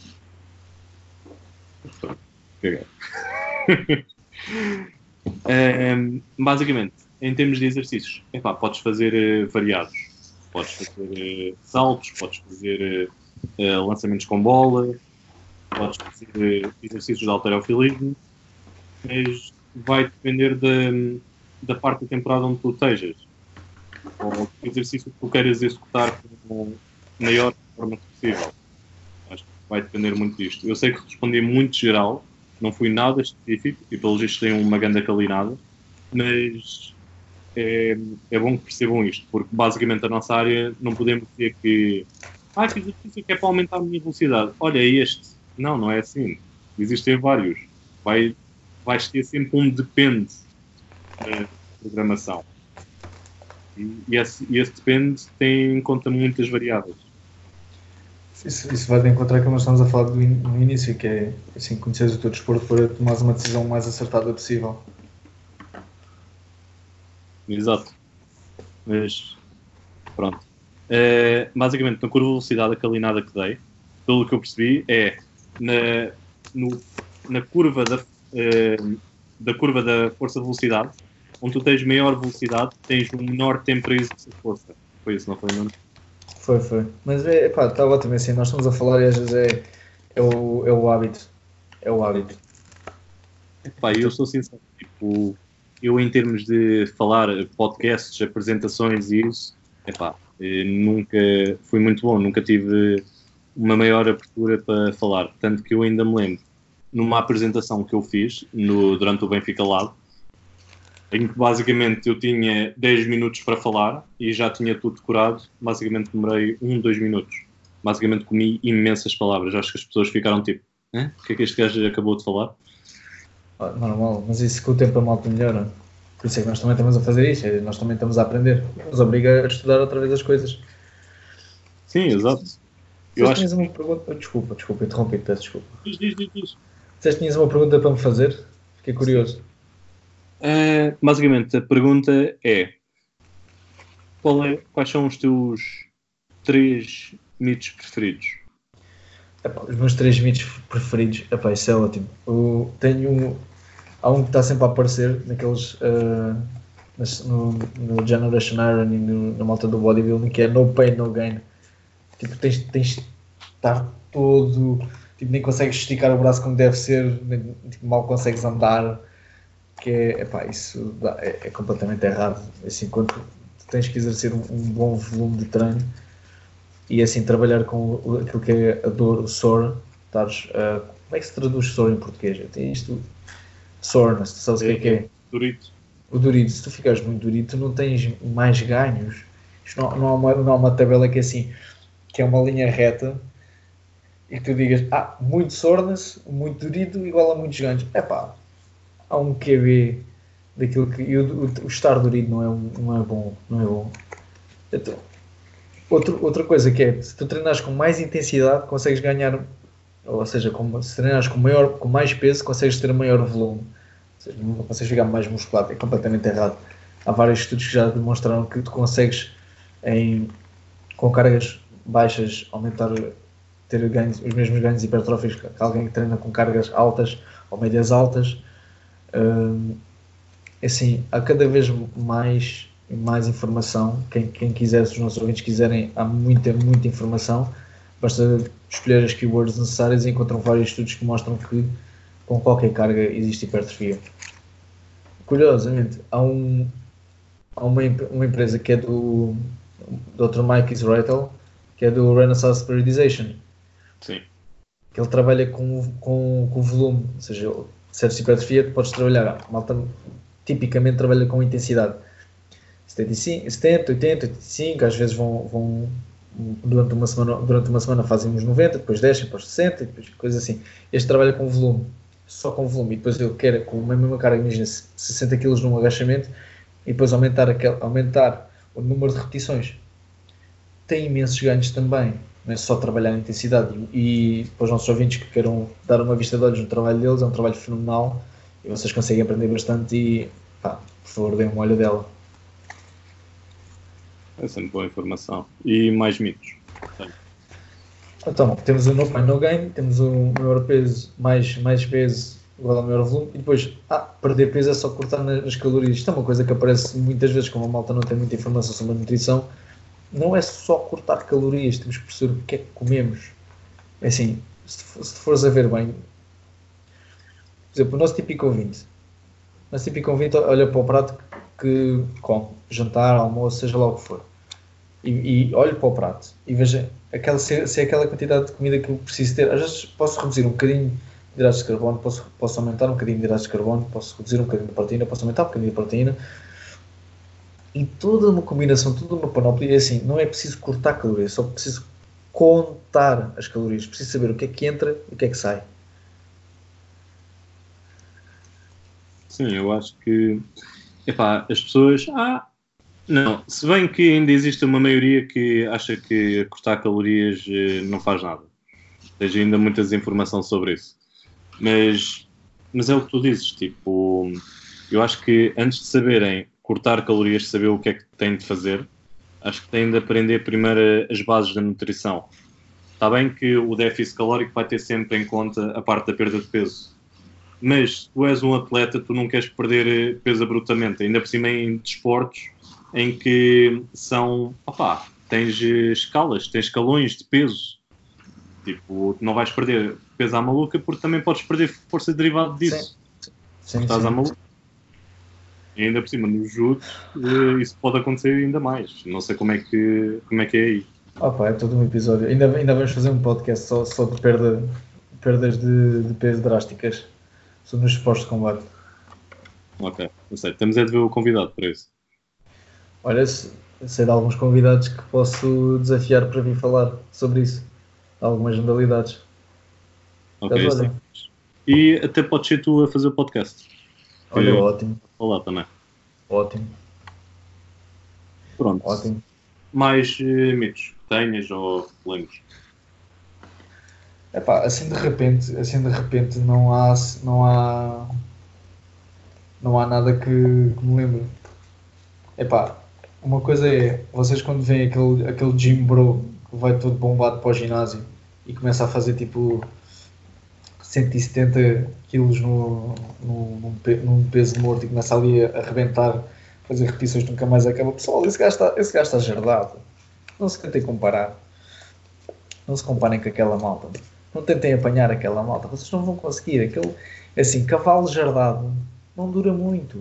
Pronto, caguei. um, basicamente, em termos de exercícios, epá, podes fazer uh, variados. Podes fazer uh, saltos, podes fazer uh, uh, lançamentos com bola, podes fazer uh, exercícios de halterofilismo, mas vai depender da, da parte da temporada onde tu estejas. Ou o exercício que tu queiras executar com a maior forma possível. Acho que vai depender muito disto. Eu sei que respondi muito geral, não fui nada específico, e pelo visto tenho uma grande calinada, mas é, é bom que percebam isto, porque basicamente a nossa área não podemos dizer que ah, que exercício que é para aumentar a minha velocidade. Olha, este. Não, não é assim. Existem vários. Vai, vais ter sempre um depende da programação. E esse, esse depende tem em conta muitas variáveis. Isso, isso vai de encontrar aquilo que nós estamos a falar do in, no início, que é assim, conheceres o teu desporto para tomar uma decisão mais acertada possível. Exato. Mas, pronto. É, basicamente, na curva de velocidade, a calinada que dei, pelo que eu percebi, é na, no, na curva da, é, da curva da força de velocidade, onde tu tens maior velocidade, tens um menor tempo para exercer força. Foi isso, não foi, não? Foi, foi. Mas é, pá, está ótimo assim, nós estamos a falar e às vezes é, é, o, é o hábito. É o hábito. Pá, eu sou sincero, tipo, eu em termos de falar podcasts, apresentações e isso, epá, nunca foi muito bom, nunca tive uma maior abertura para falar, tanto que eu ainda me lembro, numa apresentação que eu fiz no, durante o Benfica Lab, em que basicamente eu tinha dez minutos para falar e já tinha tudo decorado, basicamente demorei um, dois minutos. Basicamente comi imensas palavras, acho que as pessoas ficaram tipo, hã? O que é que este gajo acabou de falar? Ah, normal, mas isso com o tempo a malta melhora. Por isso é que nós também estamos a fazer isto, nós também estamos a aprender. Nos obriga a estudar outra vez as coisas. Sim, exato. Eu acho... tinhas uma pergunta... Desculpa, desculpa, interrompi, peço desculpa. Diz, diz, diz, diz. Disseste que tinhas uma pergunta para me fazer? Fiquei curioso. Uh, basicamente, a pergunta é, qual é quais são os teus três mitos preferidos? Epá, os meus três mitos preferidos, epá, isso é ótimo. Eu tenho... Há um que está sempre a aparecer naqueles... Uh, no, no Generation Iron e no, na malta do bodybuilding, que é no pain, no gain. Tipo, tens, tens de estar todo... Tipo, nem consegues esticar o braço como deve ser, nem, tipo, mal consegues andar. Que é, epá, isso dá, é, é completamente errado. Assim, quando tu tens que exercer um, um bom volume de treino e assim trabalhar com o, aquilo que é a dor, o sore, estares, uh, como é que se traduz sore em português? Tem isto, soreness, tu sabes o é, que é que é? Durito. O durito, se tu ficares muito durito, não tens mais ganhos. Isto não, não, há uma, não há uma tabela que é assim, que é uma linha reta e que tu digas, ah, muito soreness, muito dorido, igual a muitos ganhos. É pá, há um Q B daquilo que. E o, o, o estar dorido não é, um, não é bom. Não é bom. Então, outro, outra coisa que é, se tu treinares com mais intensidade, consegues ganhar. Ou seja, com, se treinares com, maior, com mais peso, consegues ter maior volume. Ou seja, não consegues ficar mais musculado. É completamente errado. Há vários estudos que já demonstraram que tu consegues, em, com cargas baixas, aumentar, ter ganhos, os mesmos ganhos hipertróficos que alguém que treina com cargas altas ou médias altas. Hum, assim, há cada vez mais, mais informação. Quem, quem quiser, se os nossos ouvintes quiserem, há muita, muita informação. Basta escolher as keywords necessárias e encontram vários estudos que mostram que com qualquer carga existe hipertrofia. Curiosamente, há, um, há uma, uma empresa que é do doutor Mike Israetel, que é do Renaissance Periodization. Sim. Que ele trabalha com, com, com volume, ou seja, certos hipertrofia tu podes trabalhar, malta tipicamente trabalha com intensidade setenta e cinco, setenta, oitenta, oitenta e cinco, às vezes vão, vão durante, uma semana, durante uma semana fazem uns noventa, depois descem para os sessenta, depois coisas assim. Este trabalha com volume, só com volume, e depois eu quero com a mesma carga, imagina sessenta quilos num agachamento e depois aumentar, aquele, aumentar o número de repetições. Tem imensos ganhos também, não é só trabalhar a intensidade. E, e para os nossos ouvintes que queiram dar uma vista de olhos no trabalho deles, é um trabalho fenomenal e vocês conseguem aprender bastante e, pá, por favor, deem uma olha dela. É sempre boa informação. E mais mitos? Sim. Então, temos o no pain, no gain, temos o maior peso, mais, mais peso igual ao maior volume, e depois, ah, perder peso é só cortar nas calorias. Isto é uma coisa que aparece muitas vezes, como a malta não tem muita informação sobre a nutrição. Não é só cortar calorias, temos que perceber o que é que comemos. É assim, se fores a ver bem, por exemplo, o nosso típico ouvinte, o nosso típico ouvinte olha para o prato que come, jantar, almoço, seja lá o que for, e, e olha para o prato e veja aquela, se, se é aquela quantidade de comida que eu preciso ter. Às vezes posso reduzir um bocadinho de hidratos de carbono, posso, posso aumentar um bocadinho de hidratos de carbono, posso reduzir um bocadinho de proteína, posso aumentar um bocadinho de proteína. E toda uma combinação, toda uma panóplia, é assim, não é preciso cortar calorias, só preciso contar as calorias, preciso saber o que é que entra e o que é que sai. Sim, eu acho que, epá, as pessoas, ah, não, se bem que ainda existe uma maioria que acha que cortar calorias eh, não faz nada. Tens ainda muita desinformação sobre isso. Mas, mas é o que tu dizes, tipo, eu acho que antes de saberem cortar calorias, saber o que é que têm de fazer, acho que têm de aprender primeiro as bases da nutrição. Está bem que o déficit calórico vai ter sempre em conta a parte da perda de peso, mas se tu és um atleta, tu não queres perder peso abruptamente, ainda por cima em desportos em que são, opá, tens escalas, tens escalões de peso. Tipo, não vais perder peso à maluca porque também podes perder força derivada disso. Sim, sim, estás sim. à maluca. E ainda por cima, no judo, isso pode acontecer ainda mais. Não sei como é que, como é, que é aí. Opa, é todo um episódio. Ainda, ainda vamos fazer um podcast só, só de perda, perdas de, de peso drásticas sobre nos esportes de combate. Ok, não sei. Temos é de ver o convidado para isso. Olha, sei de alguns convidados que posso desafiar para vir falar sobre isso. Algumas modalidades. Ok, sim. E até podes ser tu a fazer o podcast. Olha, ótimo. Olá também. Ótimo. Pronto. Ótimo. Mais uh, mitos que tenhas ou lembres? Epá, assim de repente, assim de repente não há, não há, não há nada que, que me lembre. Epá, uma coisa é, vocês quando veem aquele, aquele gym bro que vai todo bombado para o ginásio e começa a fazer tipo cento e setenta quilos no, no, num, num peso morto e começa ali a arrebentar, fazer repetições que nunca mais acaba. Pessoal, esse gajo está, esse gajo está jardado. Não se tentem comparar. Não se comparem com aquela malta. Não tentem apanhar aquela malta. Vocês não vão conseguir. Aquele, assim, cavalo jardado não dura muito.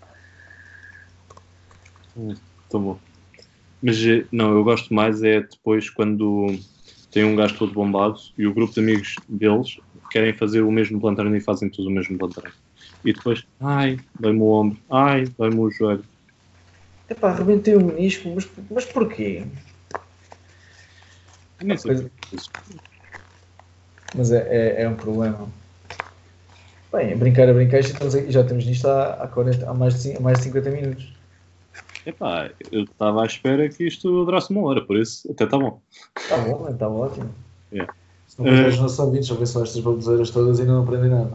Hum, tá bom. Mas não, eu gosto mais é depois quando tem um gajo todo bombado e o grupo de amigos deles querem fazer o mesmo plant treino e fazem tudo o mesmo plant treino. E depois, ai, dói-me o ombro, ai, dói-me o joelho. Epá, arrebentei o menisco, mas, mas porquê? Nem sei. Coisa... mas é, é, é um problema. Bem, brincar a brincar, já estamos, aqui, já estamos nisto há, há, quarenta, há mais, de, há mais de cinquenta minutos. Epá, eu estava à espera que isto durasse uma hora, por isso até está bom. Está bom, está ótimo. Yeah. Se não contar uh, os nossos ouvintes, a ver só estas baboseiras todas e não aprendem nada.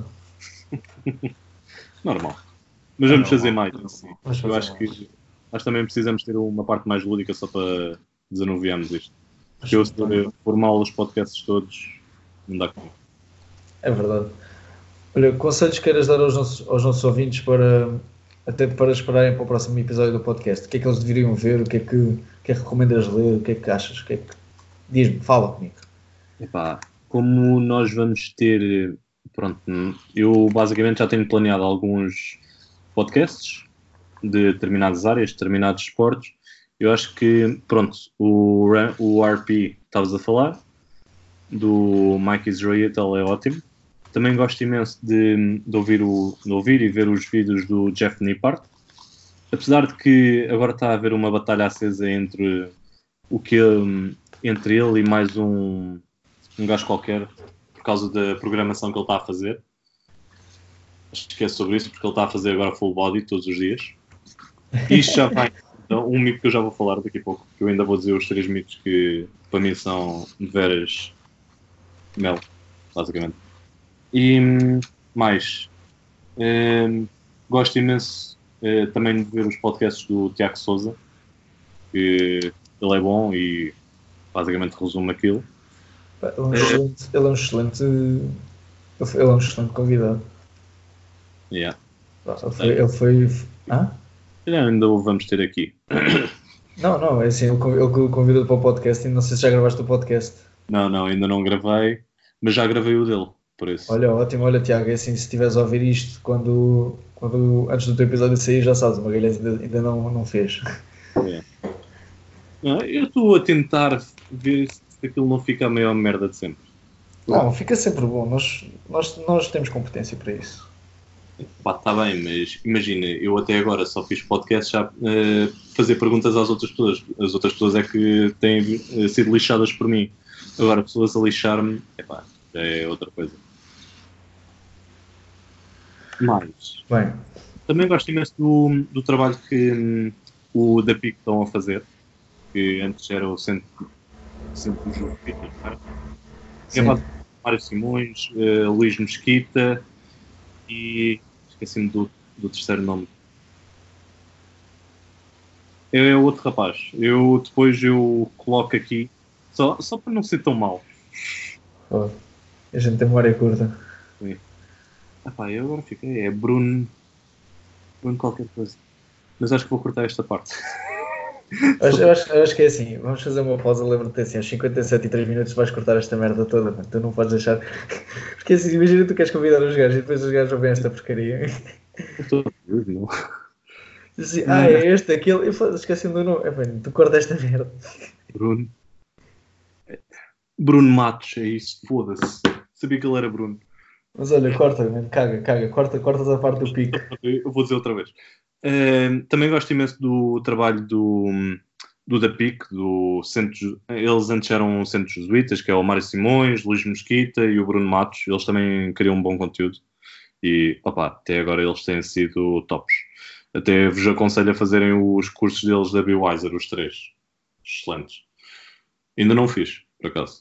Normal. Mas vamos fazer mais. Assim. Vamos fazer eu acho mais. que nós também precisamos ter uma parte mais lúdica só para desanuviarmos isto. Porque eu, se for mal os podcasts todos, não dá comigo. É verdade. Olha, conselhos queiras dar aos nossos, aos nossos ouvintes para, até para esperarem para o próximo episódio do podcast? O que é que eles deveriam ver? O que é que, o que, é que recomendas ler? O que é que achas? O que é que... Diz-me, fala comigo. Epá, como nós vamos ter... Pronto, eu basicamente já tenho planeado alguns podcasts de determinadas áreas, determinados esportes. Eu acho que, pronto, o, o R P estavas a falar, do Mike Israel é ótimo. Também gosto imenso de, de, ouvir o, de ouvir e ver os vídeos do Jeff Nippard. Apesar de que agora está a haver uma batalha acesa entre, o que, entre ele e mais um, um gajo qualquer, por causa da programação que ele está a fazer. Acho que é sobre isso, porque ele está a fazer agora full body todos os dias. E isto já vai... Então, um mito que eu já vou falar daqui a pouco, que eu ainda vou dizer os três mitos que para mim são de veras mel, basicamente. E mais, eh, gosto imenso eh, também de ver os podcasts do Tiago Souza, que ele é bom e basicamente resume aquilo. Ele é um excelente, ele é um excelente, ele é um excelente convidado. Yeah. Ele foi, ele foi ah? Ainda o vamos ter aqui. Não, não, é assim, ele convidou para o podcast e não sei se já gravaste o podcast. Não, não, ainda não gravei, mas já gravei o dele, por isso. Olha, ótimo, olha Tiago, é assim, se estiveres a ouvir isto quando, quando antes do teu episódio sair, já sabes, o Magalhães ainda, ainda não, não fez. É. Não, eu estou a tentar ver se aquilo não fica a maior merda de sempre. Não, fica sempre bom, nós, nós, nós temos competência para isso. Pá, está bem, mas imagina, eu até agora só fiz podcast já uh, fazer perguntas às outras pessoas. As outras pessoas é que têm uh, sido lixadas por mim. Agora, pessoas a lixar-me, epá, é outra coisa. Mas, bem, também gosto imenso do, do trabalho que um, o da P I C estão a fazer, que antes era o Centro, centro do Jogo Pita. É Mário Simões, uh, Luís Mesquita e esqueci-me do, do terceiro nome. É outro rapaz. Eu depois eu coloco aqui só, só para não ser tão mau. Oh, a gente tem memória curta. Sim. Ah pá, eu agora fiquei. É Bruno. Bruno qualquer coisa. Mas acho que vou cortar esta parte. Eu acho, eu, acho, eu acho que é assim, vamos fazer uma pausa, lembra-te assim, aos cinquenta e sete e três minutos vais cortar esta merda toda, mano. Tu não podes deixar. Porque assim, imagina tu queres convidar os gajos e depois os gajos ouvem esta porcaria. Estou a ver, não. Assim, ah, é este, aquele. Eu esqueci do nome. É bem, tu corta esta merda. Bruno. Bruno Matos, é isso, foda-se. Sabia que ele era Bruno. Mas olha, corta, mano, caga, caga, corta, cortas a parte do pico. Eu vou dizer outra vez. Uh, também gosto imenso do trabalho do, do da P I C, do centro, eles antes eram centros jesuítas, que é o Mário Simões, Luís Mesquita e o Bruno Matos. Eles também criam um bom conteúdo e, opá, até agora eles têm sido tops. Até vos aconselho a fazerem os cursos deles da Bewiser, os três. Excelentes. Ainda não fiz, por acaso.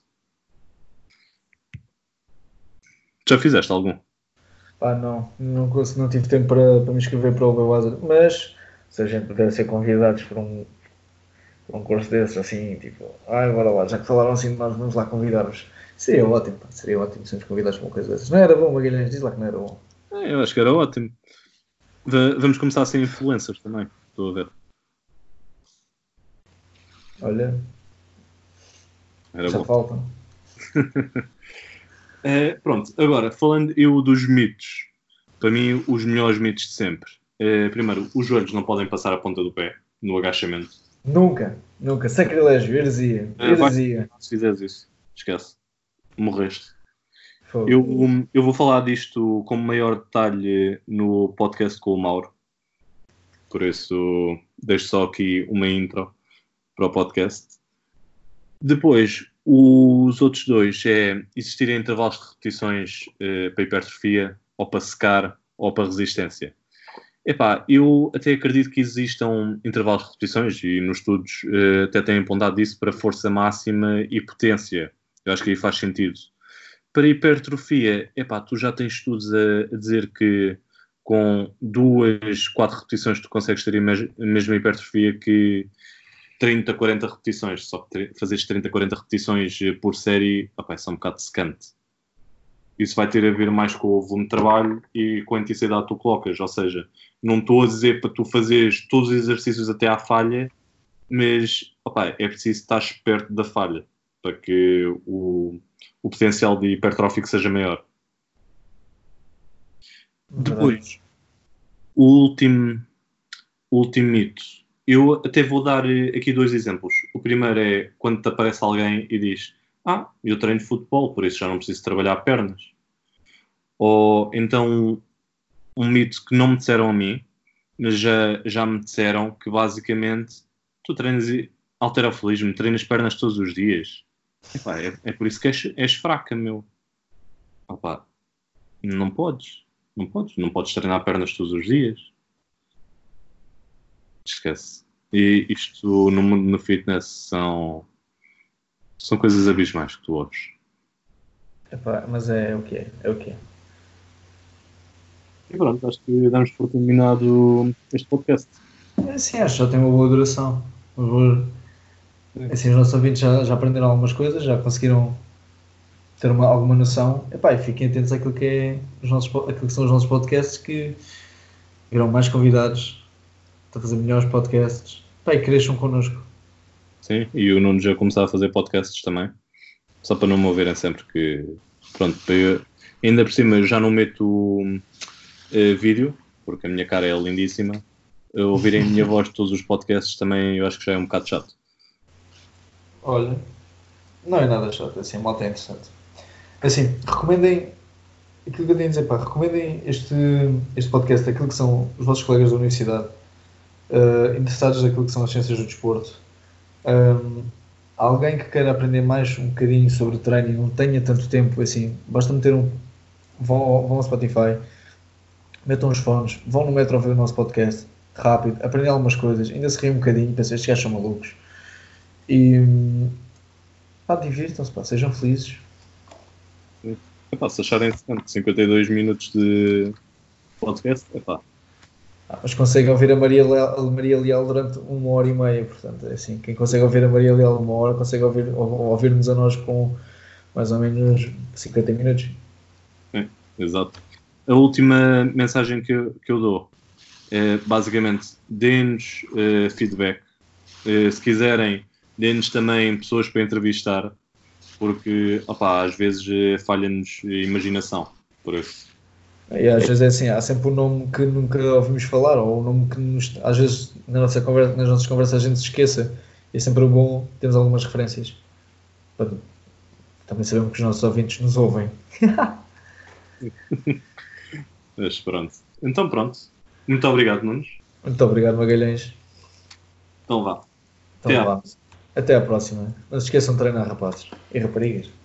Já fizeste algum? Pá, não, não, não tive tempo para, para me inscrever para o Bewiser, mas se a gente puder ser convidados para um, para um curso desses, assim, tipo, ah, bora lá, já que falaram assim, nós vamos lá convidar-vos. Seria ótimo, pá, seria ótimo sermos convidados para uma coisa dessas. Não era bom, Magalhães, diz lá que não era bom. É, eu acho que era ótimo. V- vamos começar a ser influencers também, estou a ver. Olha, Era já bom. falta. É, pronto, agora, falando eu dos mitos, para mim, os melhores mitos de sempre. É, primeiro, os joelhos não podem passar a ponta do pé no agachamento. Nunca, nunca. Sacrilégio, heresia. É, vai, heresia. se fizeres isso, esquece. Morreste. Fogo. Eu, eu vou falar disto com maior detalhe no podcast com o Mauro. Por isso, deixo só aqui uma intro para o podcast. Depois, Os outros dois é existirem intervalos de repetições uh, para hipertrofia, ou para secar, ou para resistência. Epá, eu até acredito que existam intervalos de repetições e nos estudos uh, até têm apontado isso para força máxima e potência. Eu acho que aí faz sentido. Para hipertrofia, epá, tu já tens estudos a, a dizer que com duas, quatro repetições tu consegues ter a mesma hipertrofia que trinta, quarenta repetições. Só que fazeres trinta, quarenta repetições por série, epá, isso é um bocado secante. Isso vai ter a ver mais com o volume de trabalho e com a intensidade que tu colocas. Ou seja, não estou a dizer para tu fazeres todos os exercícios até à falha, mas opa, é preciso estar perto da falha para que o, o potencial de hipertrófico seja maior. Depois, o último, o último mito. Eu até vou dar aqui dois exemplos. O primeiro é quando te aparece alguém e diz: ah, eu treino futebol, por isso já não preciso trabalhar pernas. Ou então um mito que não me disseram a mim, mas já, já me disseram que basicamente tu treinas halterofilismo, treinas pernas todos os dias. Epá, é, é por isso que és, és fraca, meu. Epá, não podes. Não podes. Não podes treinar pernas todos os dias. Esquece. E isto no mundo no fitness são... São coisas abismais que tu ouves. Epá, mas é o que é, é o que é. E pronto, acho que damos por terminado este podcast. É, sim, acho que já tem uma boa duração. Vou... Assim, os nossos ouvintes já, já aprenderam algumas coisas, já conseguiram ter uma, alguma noção. Epá, e fiquem atentos àquilo que, é os nossos, àquilo que são os nossos podcasts, que virão mais convidados para fazer melhores podcasts. Epá, e cresçam connosco. Sim, e o Nuno já começou a fazer podcasts também. Só para não me ouvirem sempre que... Pronto, eu, ainda por cima eu já não meto uh, vídeo, porque a minha cara é lindíssima. Uh, ouvirem a minha voz de todos os podcasts também eu acho que já é um bocado chato. Olha, não é nada chato, assim, malta é interessante. Assim, recomendem, aquilo que eu tenho a dizer, pá, recomendem este, este podcast àquilo que são os vossos colegas da universidade, uh, interessados naquilo que são as ciências do desporto. Um, alguém que queira aprender mais um bocadinho sobre treino e não tenha tanto tempo, assim, basta meter um... Vão, vão ao Spotify, metam os fones, vão no metro ouvir o nosso podcast, rápido, aprendem algumas coisas, ainda se riem um bocadinho, pensam, estes gajos são malucos. E pá, divirtam-se, pá, sejam felizes. Epá, se acharem cinquenta e dois minutos de podcast, epá. Ah, mas conseguem ouvir a Maria Leal, a Maria Leal durante uma hora e meia, portanto, é assim, quem consegue ouvir a Maria Leal uma hora, consegue ouvir, ou, ouvir-nos a nós com mais ou menos cinquenta minutos. É, exato. A última mensagem que eu, que eu dou é, basicamente, deem-nos uh, feedback. Uh, se quiserem, deem-nos também pessoas para entrevistar, porque, opá, às vezes uh, falha-nos a imaginação, por isso. E às vezes é assim, há sempre um nome que nunca ouvimos falar, ou um nome que nos, às vezes na nossa conversa, nas nossas conversas a gente se esqueça. E é sempre bom termos algumas referências. Para também sabemos que os nossos ouvintes nos ouvem. Mas pronto. Então pronto. Muito obrigado, Nunes. Muito obrigado, Magalhães. Então vá. Então Até vá. Até à próxima. Não se esqueçam de treinar, rapazes e raparigas.